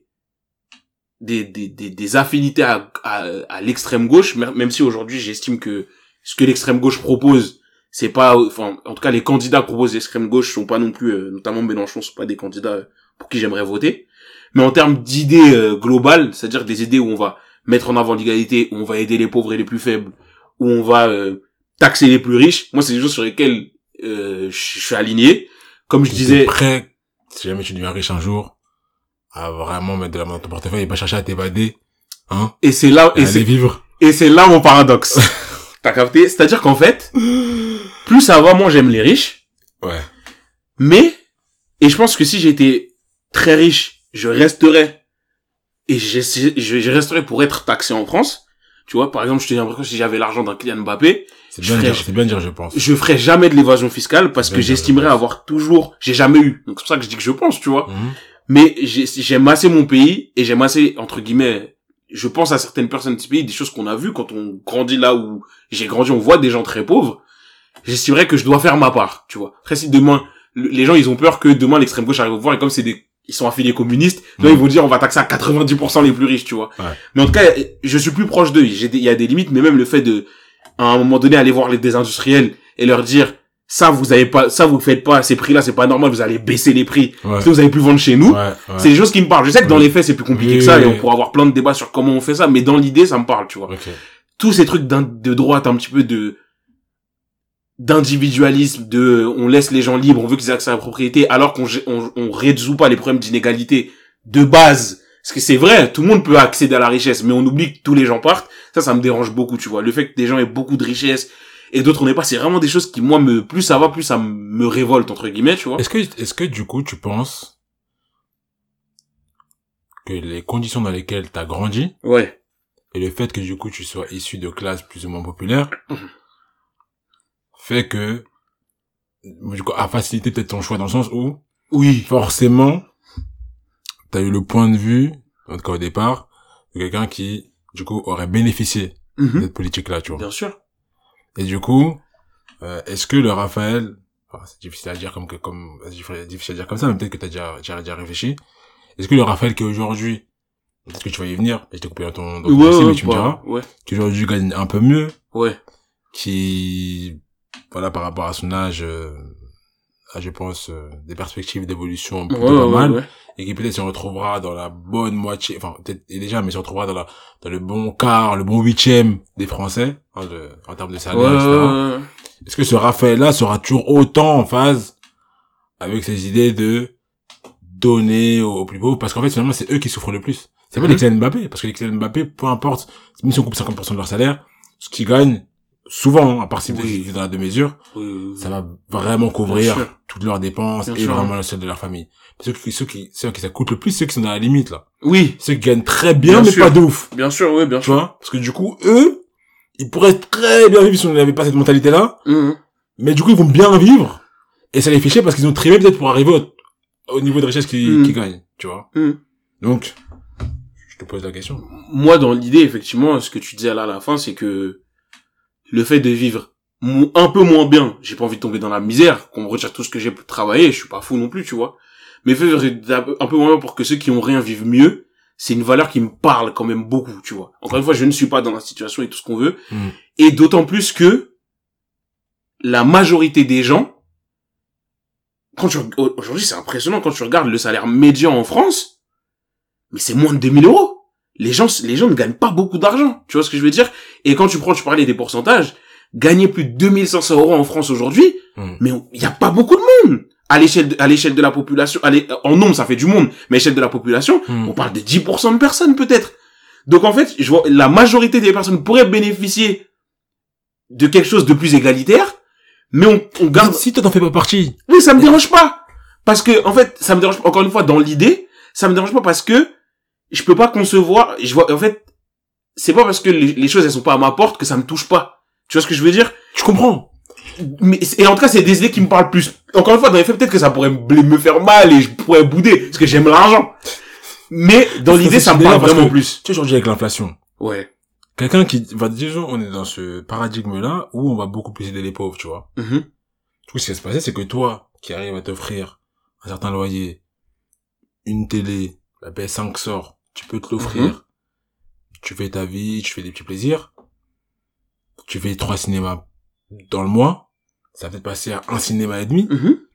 affinités à l'extrême gauche, même si aujourd'hui, j'estime que ce que l'extrême gauche propose, c'est pas, enfin, en tout cas, les candidats que propose l'extrême gauche sont pas non plus, notamment Mélenchon, sont pas des candidats pour qui j'aimerais voter. Mais en termes d'idées globales, c'est-à-dire des idées où on va mettre en avant l'égalité, où on va aider les pauvres et les plus faibles, où on va taxer les plus riches, moi, c'est des choses sur lesquelles je suis aligné. Comme je disais...
Prêt, si jamais tu deviens riche un jour, à vraiment mettre de la main dans ton portefeuille et pas chercher à t'évader, hein.
Et c'est là, et c'est là mon paradoxe. T'as capté? C'est-à-dire qu'en fait, plus ça va, moins j'aime les riches.
Ouais.
Et je pense que si j'étais très riche, je resterais pour être taxé en France. Tu vois, par exemple, je te dis l'impression que si j'avais l'argent d'un Kylian Mbappé,
c'est bien dire, je pense.
Je ferais jamais de l'évasion fiscale parce que j'estimerais avoir j'ai jamais eu. Donc c'est pour ça que je dis que je pense, tu vois. Mais j'aime assez mon pays et j'aime assez, entre guillemets, je pense à certaines personnes de ce pays, des choses qu'on a vues quand on grandit là où j'ai grandi, on voit des gens très pauvres. J'estimerais que je dois faire ma part, tu vois. Après, si demain, les gens, ils ont peur que demain l'extrême gauche arrive au pouvoir et comme ils sont affiliés communistes, là, ils vont dire on va taxer à 90% les plus riches, tu vois.
Ouais.
Mais en tout cas, je suis plus proche d'eux. Il y a des limites, mais même le fait à un moment donné, aller voir des industriels et leur dire ça vous faites pas à ces prix-là, c'est pas normal, vous allez baisser les prix. Parce que vous allez plus vendre chez nous. C'est des choses qui me parlent. Je sais que dans les faits, c'est plus compliqué que ça et on pourra avoir plein de débats sur comment on fait ça, mais dans l'idée, ça me parle, tu vois.
Okay.
Tous ces trucs de droite, un petit peu d'individualisme, on laisse les gens libres, on veut qu'ils aient accès à la propriété, alors on résout pas les problèmes d'inégalité de base. Parce que c'est vrai, tout le monde peut accéder à la richesse, mais on oublie que tous les gens partent. Ça me dérange beaucoup, tu vois. Le fait que des gens aient beaucoup de richesse et d'autres n'aient pas, c'est vraiment des choses qui, moi, plus ça va, plus ça me révolte, entre guillemets, tu vois.
Est-ce que du coup, tu penses que les conditions dans lesquelles t'as grandi,
ouais,
et le fait que du coup tu sois issu de classes plus ou moins populaires, fait que, du coup, a facilité peut-être ton choix dans le sens où,
oui,
forcément, t'as eu le point de vue, en tout cas au départ, de quelqu'un qui, du coup, aurait bénéficié de cette politique-là, tu vois.
Bien sûr.
Et du coup, est-ce que le Raphaël, enfin, c'est difficile à dire difficile à dire comme ça, mais peut-être que t'as déjà réfléchi. Est-ce que le Raphaël qui est aujourd'hui, peut-être que tu vas y venir, je t'ai coupé dans ton dossier, mais tu me diras, qui aujourd'hui gagne un peu mieux, qui, voilà, par rapport à son âge, je pense, des perspectives d'évolution plutôt pas mal, et qui peut-être se retrouvera dans la bonne moitié, enfin, peut-être, et déjà, mais se retrouvera dans le bon quart, le bon 8e des Français, en termes de salaire, etc. Est-ce que ce Raphaël-là sera toujours autant en phase avec ses idées de donner aux plus pauvres? Parce qu'en fait, finalement, c'est eux qui souffrent le plus. C'est pas les Kylian Mbappé, parce que les Kylian Mbappé, peu importe, même si on coupe 50% de leur salaire, ce qu'ils gagnent, souvent, à part si vous dans la deux-mesure, ça va vraiment couvrir toutes leurs dépenses et vraiment celles de leur famille. Ceux qui ça coûte le plus, ceux qui sont dans la limite, là.
Oui.
Ceux qui gagnent très bien, mais pas de ouf.
Bien sûr, oui, bien sûr.
Tu vois? Parce que du coup, eux, ils pourraient très bien vivre si on n'avait pas cette mentalité-là. Mais du coup, ils vont bien vivre. Et ça les fait chier parce qu'ils ont trimé peut-être pour arriver au niveau de richesse qu'ils gagnent. Tu vois? Donc, je te pose la question.
Moi, dans l'idée, effectivement, ce que tu disais là à la fin, c'est que le fait de vivre un peu moins bien, j'ai pas envie de tomber dans la misère, qu'on me retire tout ce que j'ai travaillé, je suis pas fou non plus, tu vois. Mais vivre un peu moins bien pour que ceux qui ont rien vivent mieux, c'est une valeur qui me parle quand même beaucoup, tu vois. Encore une fois, je ne suis pas dans la situation et tout ce qu'on veut. Et d'autant plus que la majorité des gens, aujourd'hui, c'est impressionnant quand tu regardes le salaire médian en France, mais c'est moins de 2000 euros. Les gens ne gagnent pas beaucoup d'argent. Tu vois ce que je veux dire? Et quand tu parlais des pourcentages, gagner plus de 2500 euros en France aujourd'hui, mais il y a pas beaucoup de monde. À l'échelle de la population, en nombre, ça fait du monde, mais à l'échelle de la population, on parle de 10% de personnes, peut-être. Donc, en fait, je vois, la majorité des personnes pourraient bénéficier de quelque chose de plus égalitaire, mais on garde...
Si toi t'en fais pas partie.
Oui, ça me dérange pas. Parce que, en fait, ça me dérange, encore une fois, dans l'idée, ça me dérange pas parce que je peux pas concevoir, en fait, c'est pas parce que les choses elles sont pas à ma porte que ça me touche pas. Tu vois ce que je veux dire?
Je comprends.
Mais, et en tout cas, c'est des idées qui me parlent plus. Encore une fois, dans les faits, peut-être que ça pourrait me faire mal et je pourrais bouder, parce que j'aime l'argent. Mais, dans l'idée, ça me parle vraiment plus.
Tu sais, aujourd'hui, avec l'inflation.
Ouais.
Quelqu'un qui va, disons, on est dans ce paradigme-là où on va beaucoup plus aider les pauvres, tu vois. Du coup, ce qui va se passer, c'est que toi, qui arrives à t'offrir un certain loyer, une télé, la PS5 sort, tu peux te l'offrir. Tu fais ta vie, tu fais des petits plaisirs. Tu fais 3 cinémas dans le mois. Ça va peut-être passer à 1 cinéma et demi.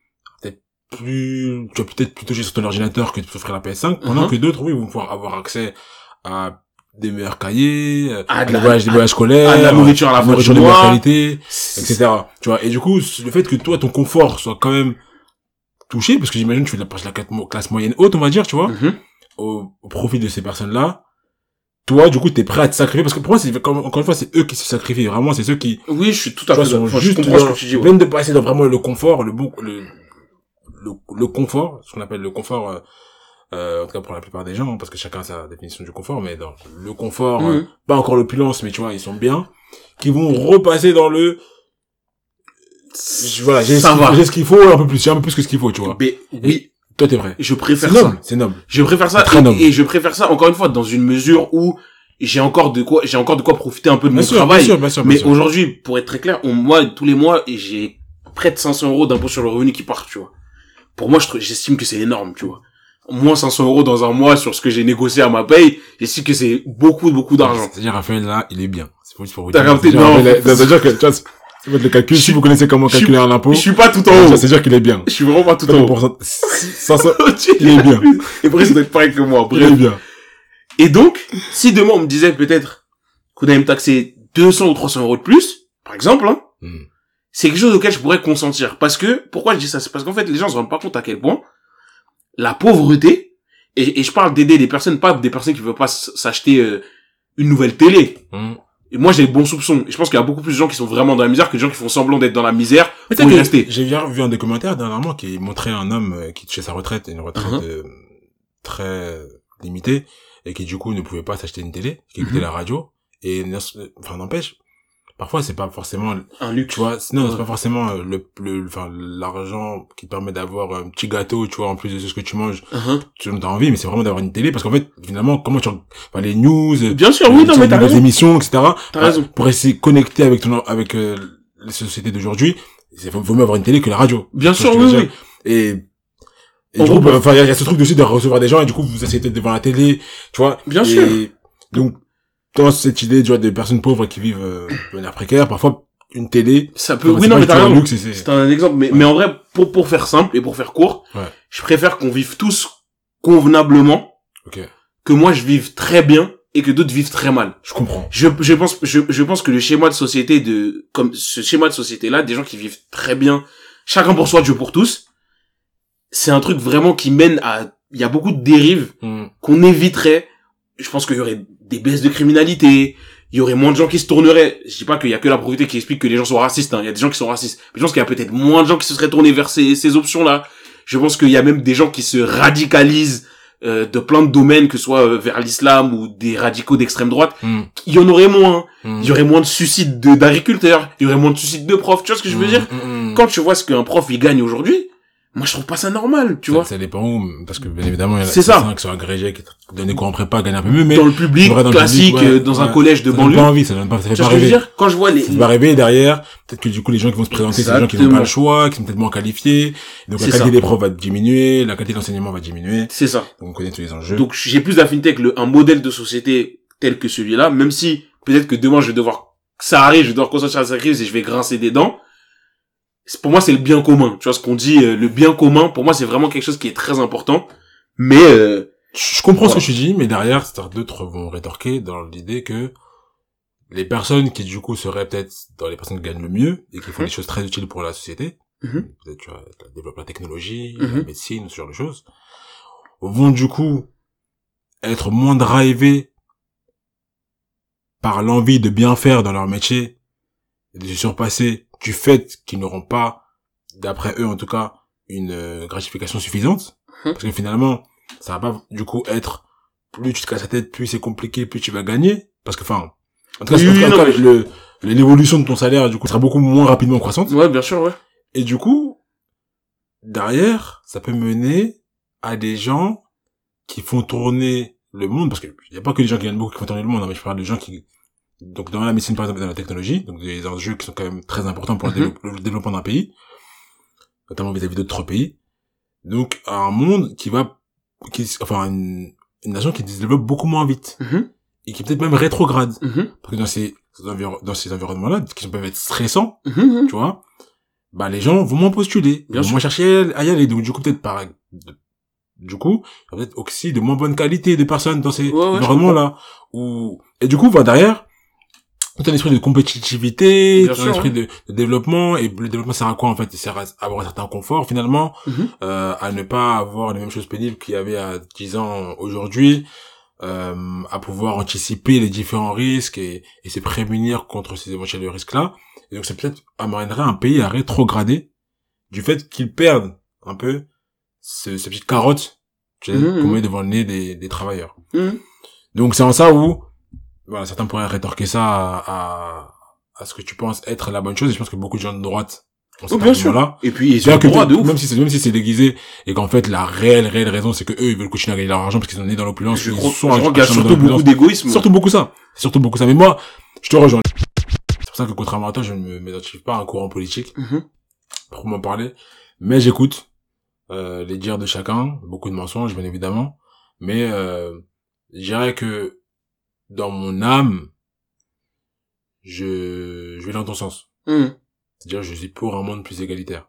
Tu vas peut-être plutôt jouer sur ton ordinateur que de t'offrir la PS5. Pendant que d'autres, oui, vont pouvoir avoir accès à des meilleurs cahiers, des voyages scolaires,
à de la nourriture à la fois
de meilleure qualité, etc. Tu vois. Et du coup, le fait que toi, ton confort soit quand même touché, parce que j'imagine que tu fais de la classe moyenne haute, on va dire, tu vois, au profit de ces personnes-là, toi, du coup, t'es prêt à te sacrifier, parce que pour moi, encore une fois, c'est eux qui se sacrifient, vraiment, c'est ceux qui...
Oui, je suis tout à fait
d'accord.
Je comprends ce que tu dis,
même de passer dans vraiment le confort, le confort, ce qu'on appelle le confort, en tout cas pour la plupart des gens, parce que chacun a sa définition du confort, mais dans le confort, pas encore l'opulence, mais tu vois, ils sont bien, qui vont repasser dans le... Voilà, j'ai ce qu'il faut, un peu plus que ce qu'il faut, tu vois.
Mais, oui.
Toi, t'es vrai.
Je préfère ça.
C'est noble.
Je préfère ça. Et je préfère ça, encore une fois, dans une mesure où j'ai encore de quoi profiter un peu de mon travail.
Bien sûr.
Mais aujourd'hui, pour être très clair, moi, tous les mois, j'ai près de 500 euros d'impôt sur le revenu qui partent, tu vois. Pour moi, j'estime que c'est énorme, tu vois. Moins 500 euros dans un mois sur ce que j'ai négocié à ma paye, j'estime que c'est beaucoup d'argent.
C'est-à-dire, Raphaël, là, il est bien. C'est pour vous
dire. C'est-à-dire
que, tu vois, le calcul, si vous connaissez comment calculer un impôt.
Je suis pas tout en haut.
C'est dire qu'il est bien.
Je suis vraiment pas tout en haut.
500, il est bien.
Et après, ça doit être pareil que moi. Bref.
Il est bien.
Et donc, si demain on me disait peut-être qu'on allait me taxer 200 ou 300 euros de plus, par exemple, c'est quelque chose auquel je pourrais consentir. Parce que, pourquoi je dis ça? C'est parce qu'en fait, les gens se rendent pas compte à quel point la pauvreté, et je parle d'aider des personnes, pas des personnes qui veulent pas s'acheter une nouvelle télé. Et moi, j'ai de bons soupçons. Et je pense qu'il y a beaucoup plus de gens qui sont vraiment dans la misère que de gens qui font semblant d'être dans la misère pour y rester.
J'ai vu un des commentaires dernièrement qui montrait un homme qui touchait sa retraite, une retraite très limitée, et qui du coup ne pouvait pas s'acheter une télé, qui écoutait la radio. Et enfin, n'empêche, parfois c'est pas forcément
un luxe,
tu vois, non, c'est pas forcément l'argent qui te permet d'avoir un petit gâteau, tu vois, en plus de ce que tu manges, tu as envie, mais c'est vraiment d'avoir une télé, parce qu'en fait, finalement, comment les news,
bien sûr, oui, non, mais t'as raison,
les émissions, etc.,
t'as raison,
pour essayer de connecter avec les sociétés d'aujourd'hui, il vaut mieux avoir une télé que la radio.
Bien sûr, oui.
Et du coup, enfin, il y a ce truc aussi de recevoir des gens, et du coup, vous essayez d'être devant la télé, tu vois.
Bien sûr.
Donc, dans cette idée, tu vois, des personnes pauvres qui vivent de manière précaire, parfois une télé,
ça peut, oui, non, mais t'as raison. C'est un exemple, mais en vrai, pour faire simple et pour faire court, je préfère qu'on vive tous convenablement, que moi je vive très bien et que d'autres vivent très mal.
Je comprends.
Je pense que le schéma de société comme ce schéma de société là, des gens qui vivent très bien, chacun pour soi, Dieu pour tous, c'est un truc vraiment qui mène il y a beaucoup de dérives qu'on éviterait. Je pense qu'il y aurait des baisses de criminalité, il y aurait moins de gens qui se tourneraient. Je dis pas qu'il y a que la pauvreté qui explique que les gens sont racistes, hein. Il y a des gens qui sont racistes. Mais je pense qu'il y a peut-être moins de gens qui se seraient tournés vers ces options-là. Je pense qu'il y a même des gens qui se radicalisent, de plein de domaines, que ce soit vers l'islam ou des radicaux d'extrême droite. Il y en aurait moins. Il y aurait moins de suicides d'agriculteurs. Il y aurait moins de suicides de profs. Tu vois ce que je veux dire? Quand tu vois ce qu'un prof, il gagne aujourd'hui, moi, je trouve pas ça normal, tu vois.
Ça dépend où, parce que, bien évidemment, il y en a
certains
qui sont agrégés, qui donnent des cours en prépa, gagnent un peu mieux, mais.
Dans le public, classique, dans un collège de banlieue.
Ça donne pas envie, ça fait pas rêver.
Quand je vois
ça va rêver derrière, peut-être que du coup, les gens qui vont se présenter, c'est des gens qui n'ont pas le choix, qui sont peut-être moins qualifiés. Donc, la qualité des profs va diminuer, la qualité de l'enseignement va diminuer.
C'est ça.
Donc, on connaît tous les enjeux.
Donc, j'ai plus d'affinité avec un modèle de société tel que celui-là, même si, peut-être que demain, ça arrive, je vais devoir consentir à sa crise et je vais grincer des dents. Pour moi, c'est le bien commun. Tu vois ce qu'on dit, le bien commun, pour moi, c'est vraiment quelque chose qui est très important. Mais
je comprends ce que tu dis, mais derrière, d'autres vont rétorquer dans l'idée que les personnes qui, du coup, seraient peut-être dans les personnes qui gagnent le mieux et qui font des choses très utiles pour la société, peut-être, tu vois, développer la technologie, la médecine, ce genre de choses, vont, du coup, être moins drivés par l'envie de bien faire dans leur métier et de se surpasser du fait qu'ils n'auront pas, d'après eux en tout cas, une gratification suffisante. Parce que finalement, ça va pas du coup être, plus tu te casses la tête, plus c'est compliqué, plus tu vas gagner. Parce que enfin, en tout cas, l'évolution de ton salaire du coup sera beaucoup moins rapidement croissante.
Ouais, bien sûr, ouais.
Et du coup, derrière, ça peut mener à des gens qui font tourner le monde, parce que y a pas que les gens qui gagnent beaucoup qui font tourner le monde, hein, mais je parle de gens qui, donc dans la médecine par exemple, dans la technologie, donc des enjeux qui sont quand même très importants pour le développement d'un pays, notamment vis-à-vis d'autres pays. Donc un monde une nation qui se développe beaucoup moins vite et qui est peut-être même rétrograde, parce que dans ces environnements-là qui peuvent être stressants, tu vois, bah les gens vont moins postuler, vont moins chercher à y aller, donc du coup peut-être du coup, il y a peut-être aussi de moins bonne qualité de personnes dans ces environnements-là, et du coup, va derrière, tout un esprit de compétitivité, tout un esprit de développement, et le développement sert à quoi, en fait? Il sert à avoir un certain confort, finalement, à ne pas avoir les mêmes choses pénibles qu'il y avait à 10 ans aujourd'hui, à pouvoir anticiper les différents risques et se prémunir contre ces éventuels risques-là. Et donc, ça peut-être amènerait un pays à rétrograder du fait qu'il perde un peu ces petites carottes, tu sais, qu'on met devant le nez des travailleurs. Donc, c'est en ça où, voilà, certains pourraient rétorquer ça à ce que tu penses être la bonne chose, et je pense que beaucoup de gens de droite ont cet argument-là.
Et puis, ils ont le droit de ouf.
Même si c'est déguisé, et qu'en fait, la réelle raison, c'est que eux, ils veulent continuer à gagner leur argent parce qu'ils sont nés dans l'opulence.
Je crois qu'il y a surtout beaucoup d'égoïsme.
Surtout beaucoup ça. Mais moi, je te rejoins. C'est pour ça que, contrairement à toi, je ne m'identifie pas à un courant politique. Pour m'en parler. Mais j'écoute, les dires de chacun, beaucoup de mensonges, bien évidemment. Mais, je dirais que, dans mon âme, je vais dans ton sens. C'est-à-dire, je suis pour un monde plus égalitaire.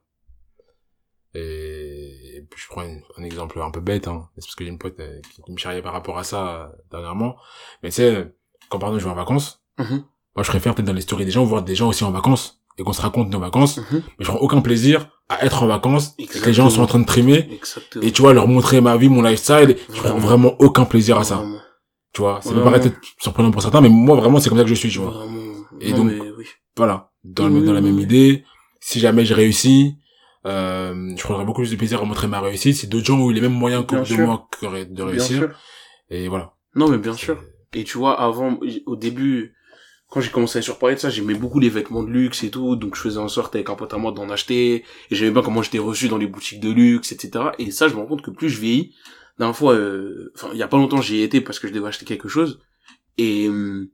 Et puis je prends un exemple un peu bête, hein. C'est parce que j'ai une pote qui me charriait par rapport à ça dernièrement. Mais tu sais, quand par exemple je vais en vacances, moi je préfère peut-être dans les stories des gens voir des gens aussi en vacances et qu'on se raconte nos vacances,
Mhm.
mais je prends aucun plaisir à être en vacances, et que les
Exactement.
gens sont en train de trimer,
Exactement.
et tu vois, leur montrer ma vie, mon lifestyle, et je prends vraiment aucun plaisir à ça.
Vraiment.
Tu vois, ça peut
Vraiment.
paraître peut-être surprenant pour certains, mais moi, vraiment, c'est comme ça que je suis, tu vois.
Vraiment.
Et
Non,
donc,
mais oui.
voilà. Dans
Oui,
la même
oui.
idée, si jamais je réussis, je prendrai beaucoup plus de plaisir à montrer ma réussite si d'autres gens ont eu les mêmes moyens que
Bien
de
sûr.
moi de
Bien
réussir.
sûr.
Et voilà.
Non, mais bien sûr. Et tu vois, avant, au début, quand j'ai commencé à surparler de ça, j'aimais beaucoup les vêtements de luxe et tout, donc je faisais en sorte avec un pote à moi d'en acheter, et j'aimais bien comment j'étais reçu dans les boutiques de luxe, etc. Et ça, je me rends compte que plus je vieillis, d'un fois, enfin, il y a pas longtemps, j'y étais parce que je devais acheter quelque chose, et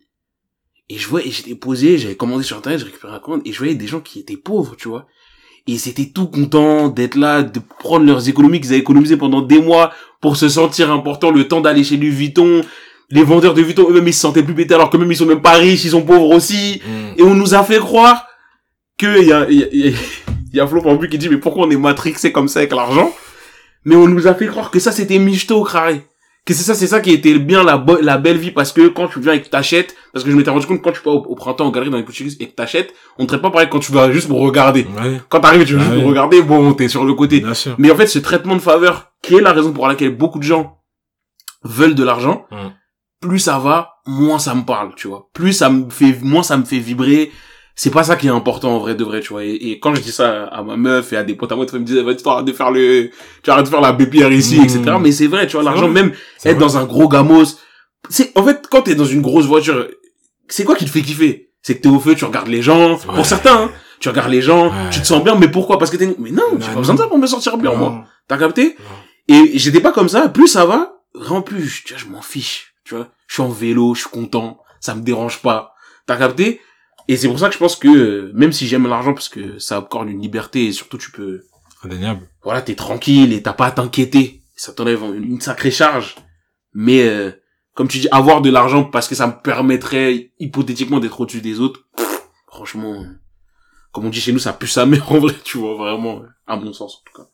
je vois, et j'étais posé, j'avais commandé sur internet, je récupérais la commande, et je voyais des gens qui étaient pauvres, tu vois. Et ils étaient tout contents d'être là, de prendre leurs économies qu'ils avaient économisées pendant des mois pour se sentir important, le temps d'aller chez Louis Vuitton. Les vendeurs de Vuitton, eux-mêmes, ils se sentaient plus pétés alors que même ils sont même pas riches, ils sont pauvres aussi. Et on nous a fait croire que il y a Flo en plus qui dit mais pourquoi on est matrixé comme ça avec l'argent? Mais on nous a fait croire que ça c'était michto, carré. Que c'est ça qui était bien la belle vie, parce que quand tu viens et que t'achètes, parce que je m'étais rendu compte que quand tu vas au printemps en galerie dans les boutiques et que t'achètes, on te traite pas pareil quand tu vas juste pour regarder.
Ouais.
Quand t'arrives et tu veux juste
Ouais.
pour regarder, bon, t'es sur le côté.
Bien sûr.
Mais en fait, ce traitement de faveur, qui est la raison pour laquelle beaucoup de gens veulent de l'argent, plus ça va, moins ça me parle, tu vois. Moins ça me fait vibrer. C'est pas ça qui est important en vrai de vrai, tu vois. Et quand je dis ça à ma meuf et à des potes à moi, ils me disent, tu arrêtes de faire tu arrêtes de faire la BPR ici, etc. Mais c'est vrai, tu vois, l'argent, même être dans un gros gamos. En fait, quand t'es dans une grosse voiture, c'est quoi qui te fait kiffer? C'est que t'es au feu, tu regardes les gens.
Ouais.
Pour certains, hein, tu regardes les gens,
Ouais.
tu te sens bien, mais pourquoi? Parce que mais non, j'ai pas besoin de ça pour me sentir bien, moi.
Non.
T'as capté?
Non.
Et j'étais pas comme ça. Plus ça va, en plus, tu vois, je m'en fiche. Tu vois, je suis en vélo, je suis content, ça me dérange pas. T'as capté? Et c'est pour ça que je pense que, même si j'aime l'argent, parce que ça accorde une liberté, et surtout tu peux,
Indéniable.
voilà, t'es tranquille et t'as pas à t'inquiéter. Ça t'enlève une sacrée charge. Mais, comme tu dis, avoir de l'argent parce que ça me permettrait, hypothétiquement, d'être au-dessus des autres, franchement, comme on dit chez nous, ça pue sa mère, en vrai, tu vois, vraiment, à mon sens, en tout cas.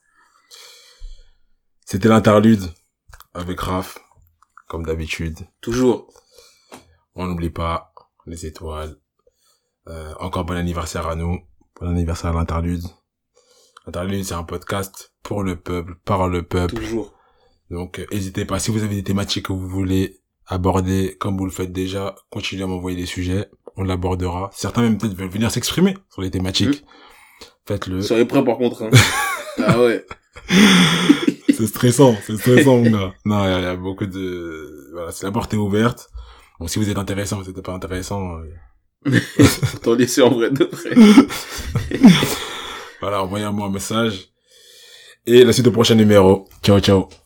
C'était l'interlude avec Raph, comme d'habitude.
Toujours.
On n'oublie pas les étoiles. Encore bon anniversaire à nous. Bon anniversaire à l'interlude. L'interlude, c'est un podcast pour le peuple, par le peuple.
Toujours.
Donc, n'hésitez pas. Si vous avez des thématiques que vous voulez aborder, comme vous le faites déjà, continuez à m'envoyer des sujets. On l'abordera. Certains même peut-être veulent venir s'exprimer sur les thématiques. Faites-le.
Soyez prêts par contre, hein. Ah ouais.
C'est stressant, mon gars. Non, il y a beaucoup de, voilà, la porte est ouverte. Bon, si vous êtes intéressant, vous n'êtes pas intéressant.
T'en laisser en vrai de vrai.
Voilà, envoyez-moi un message. Et la suite au prochain numéro. Ciao, ciao.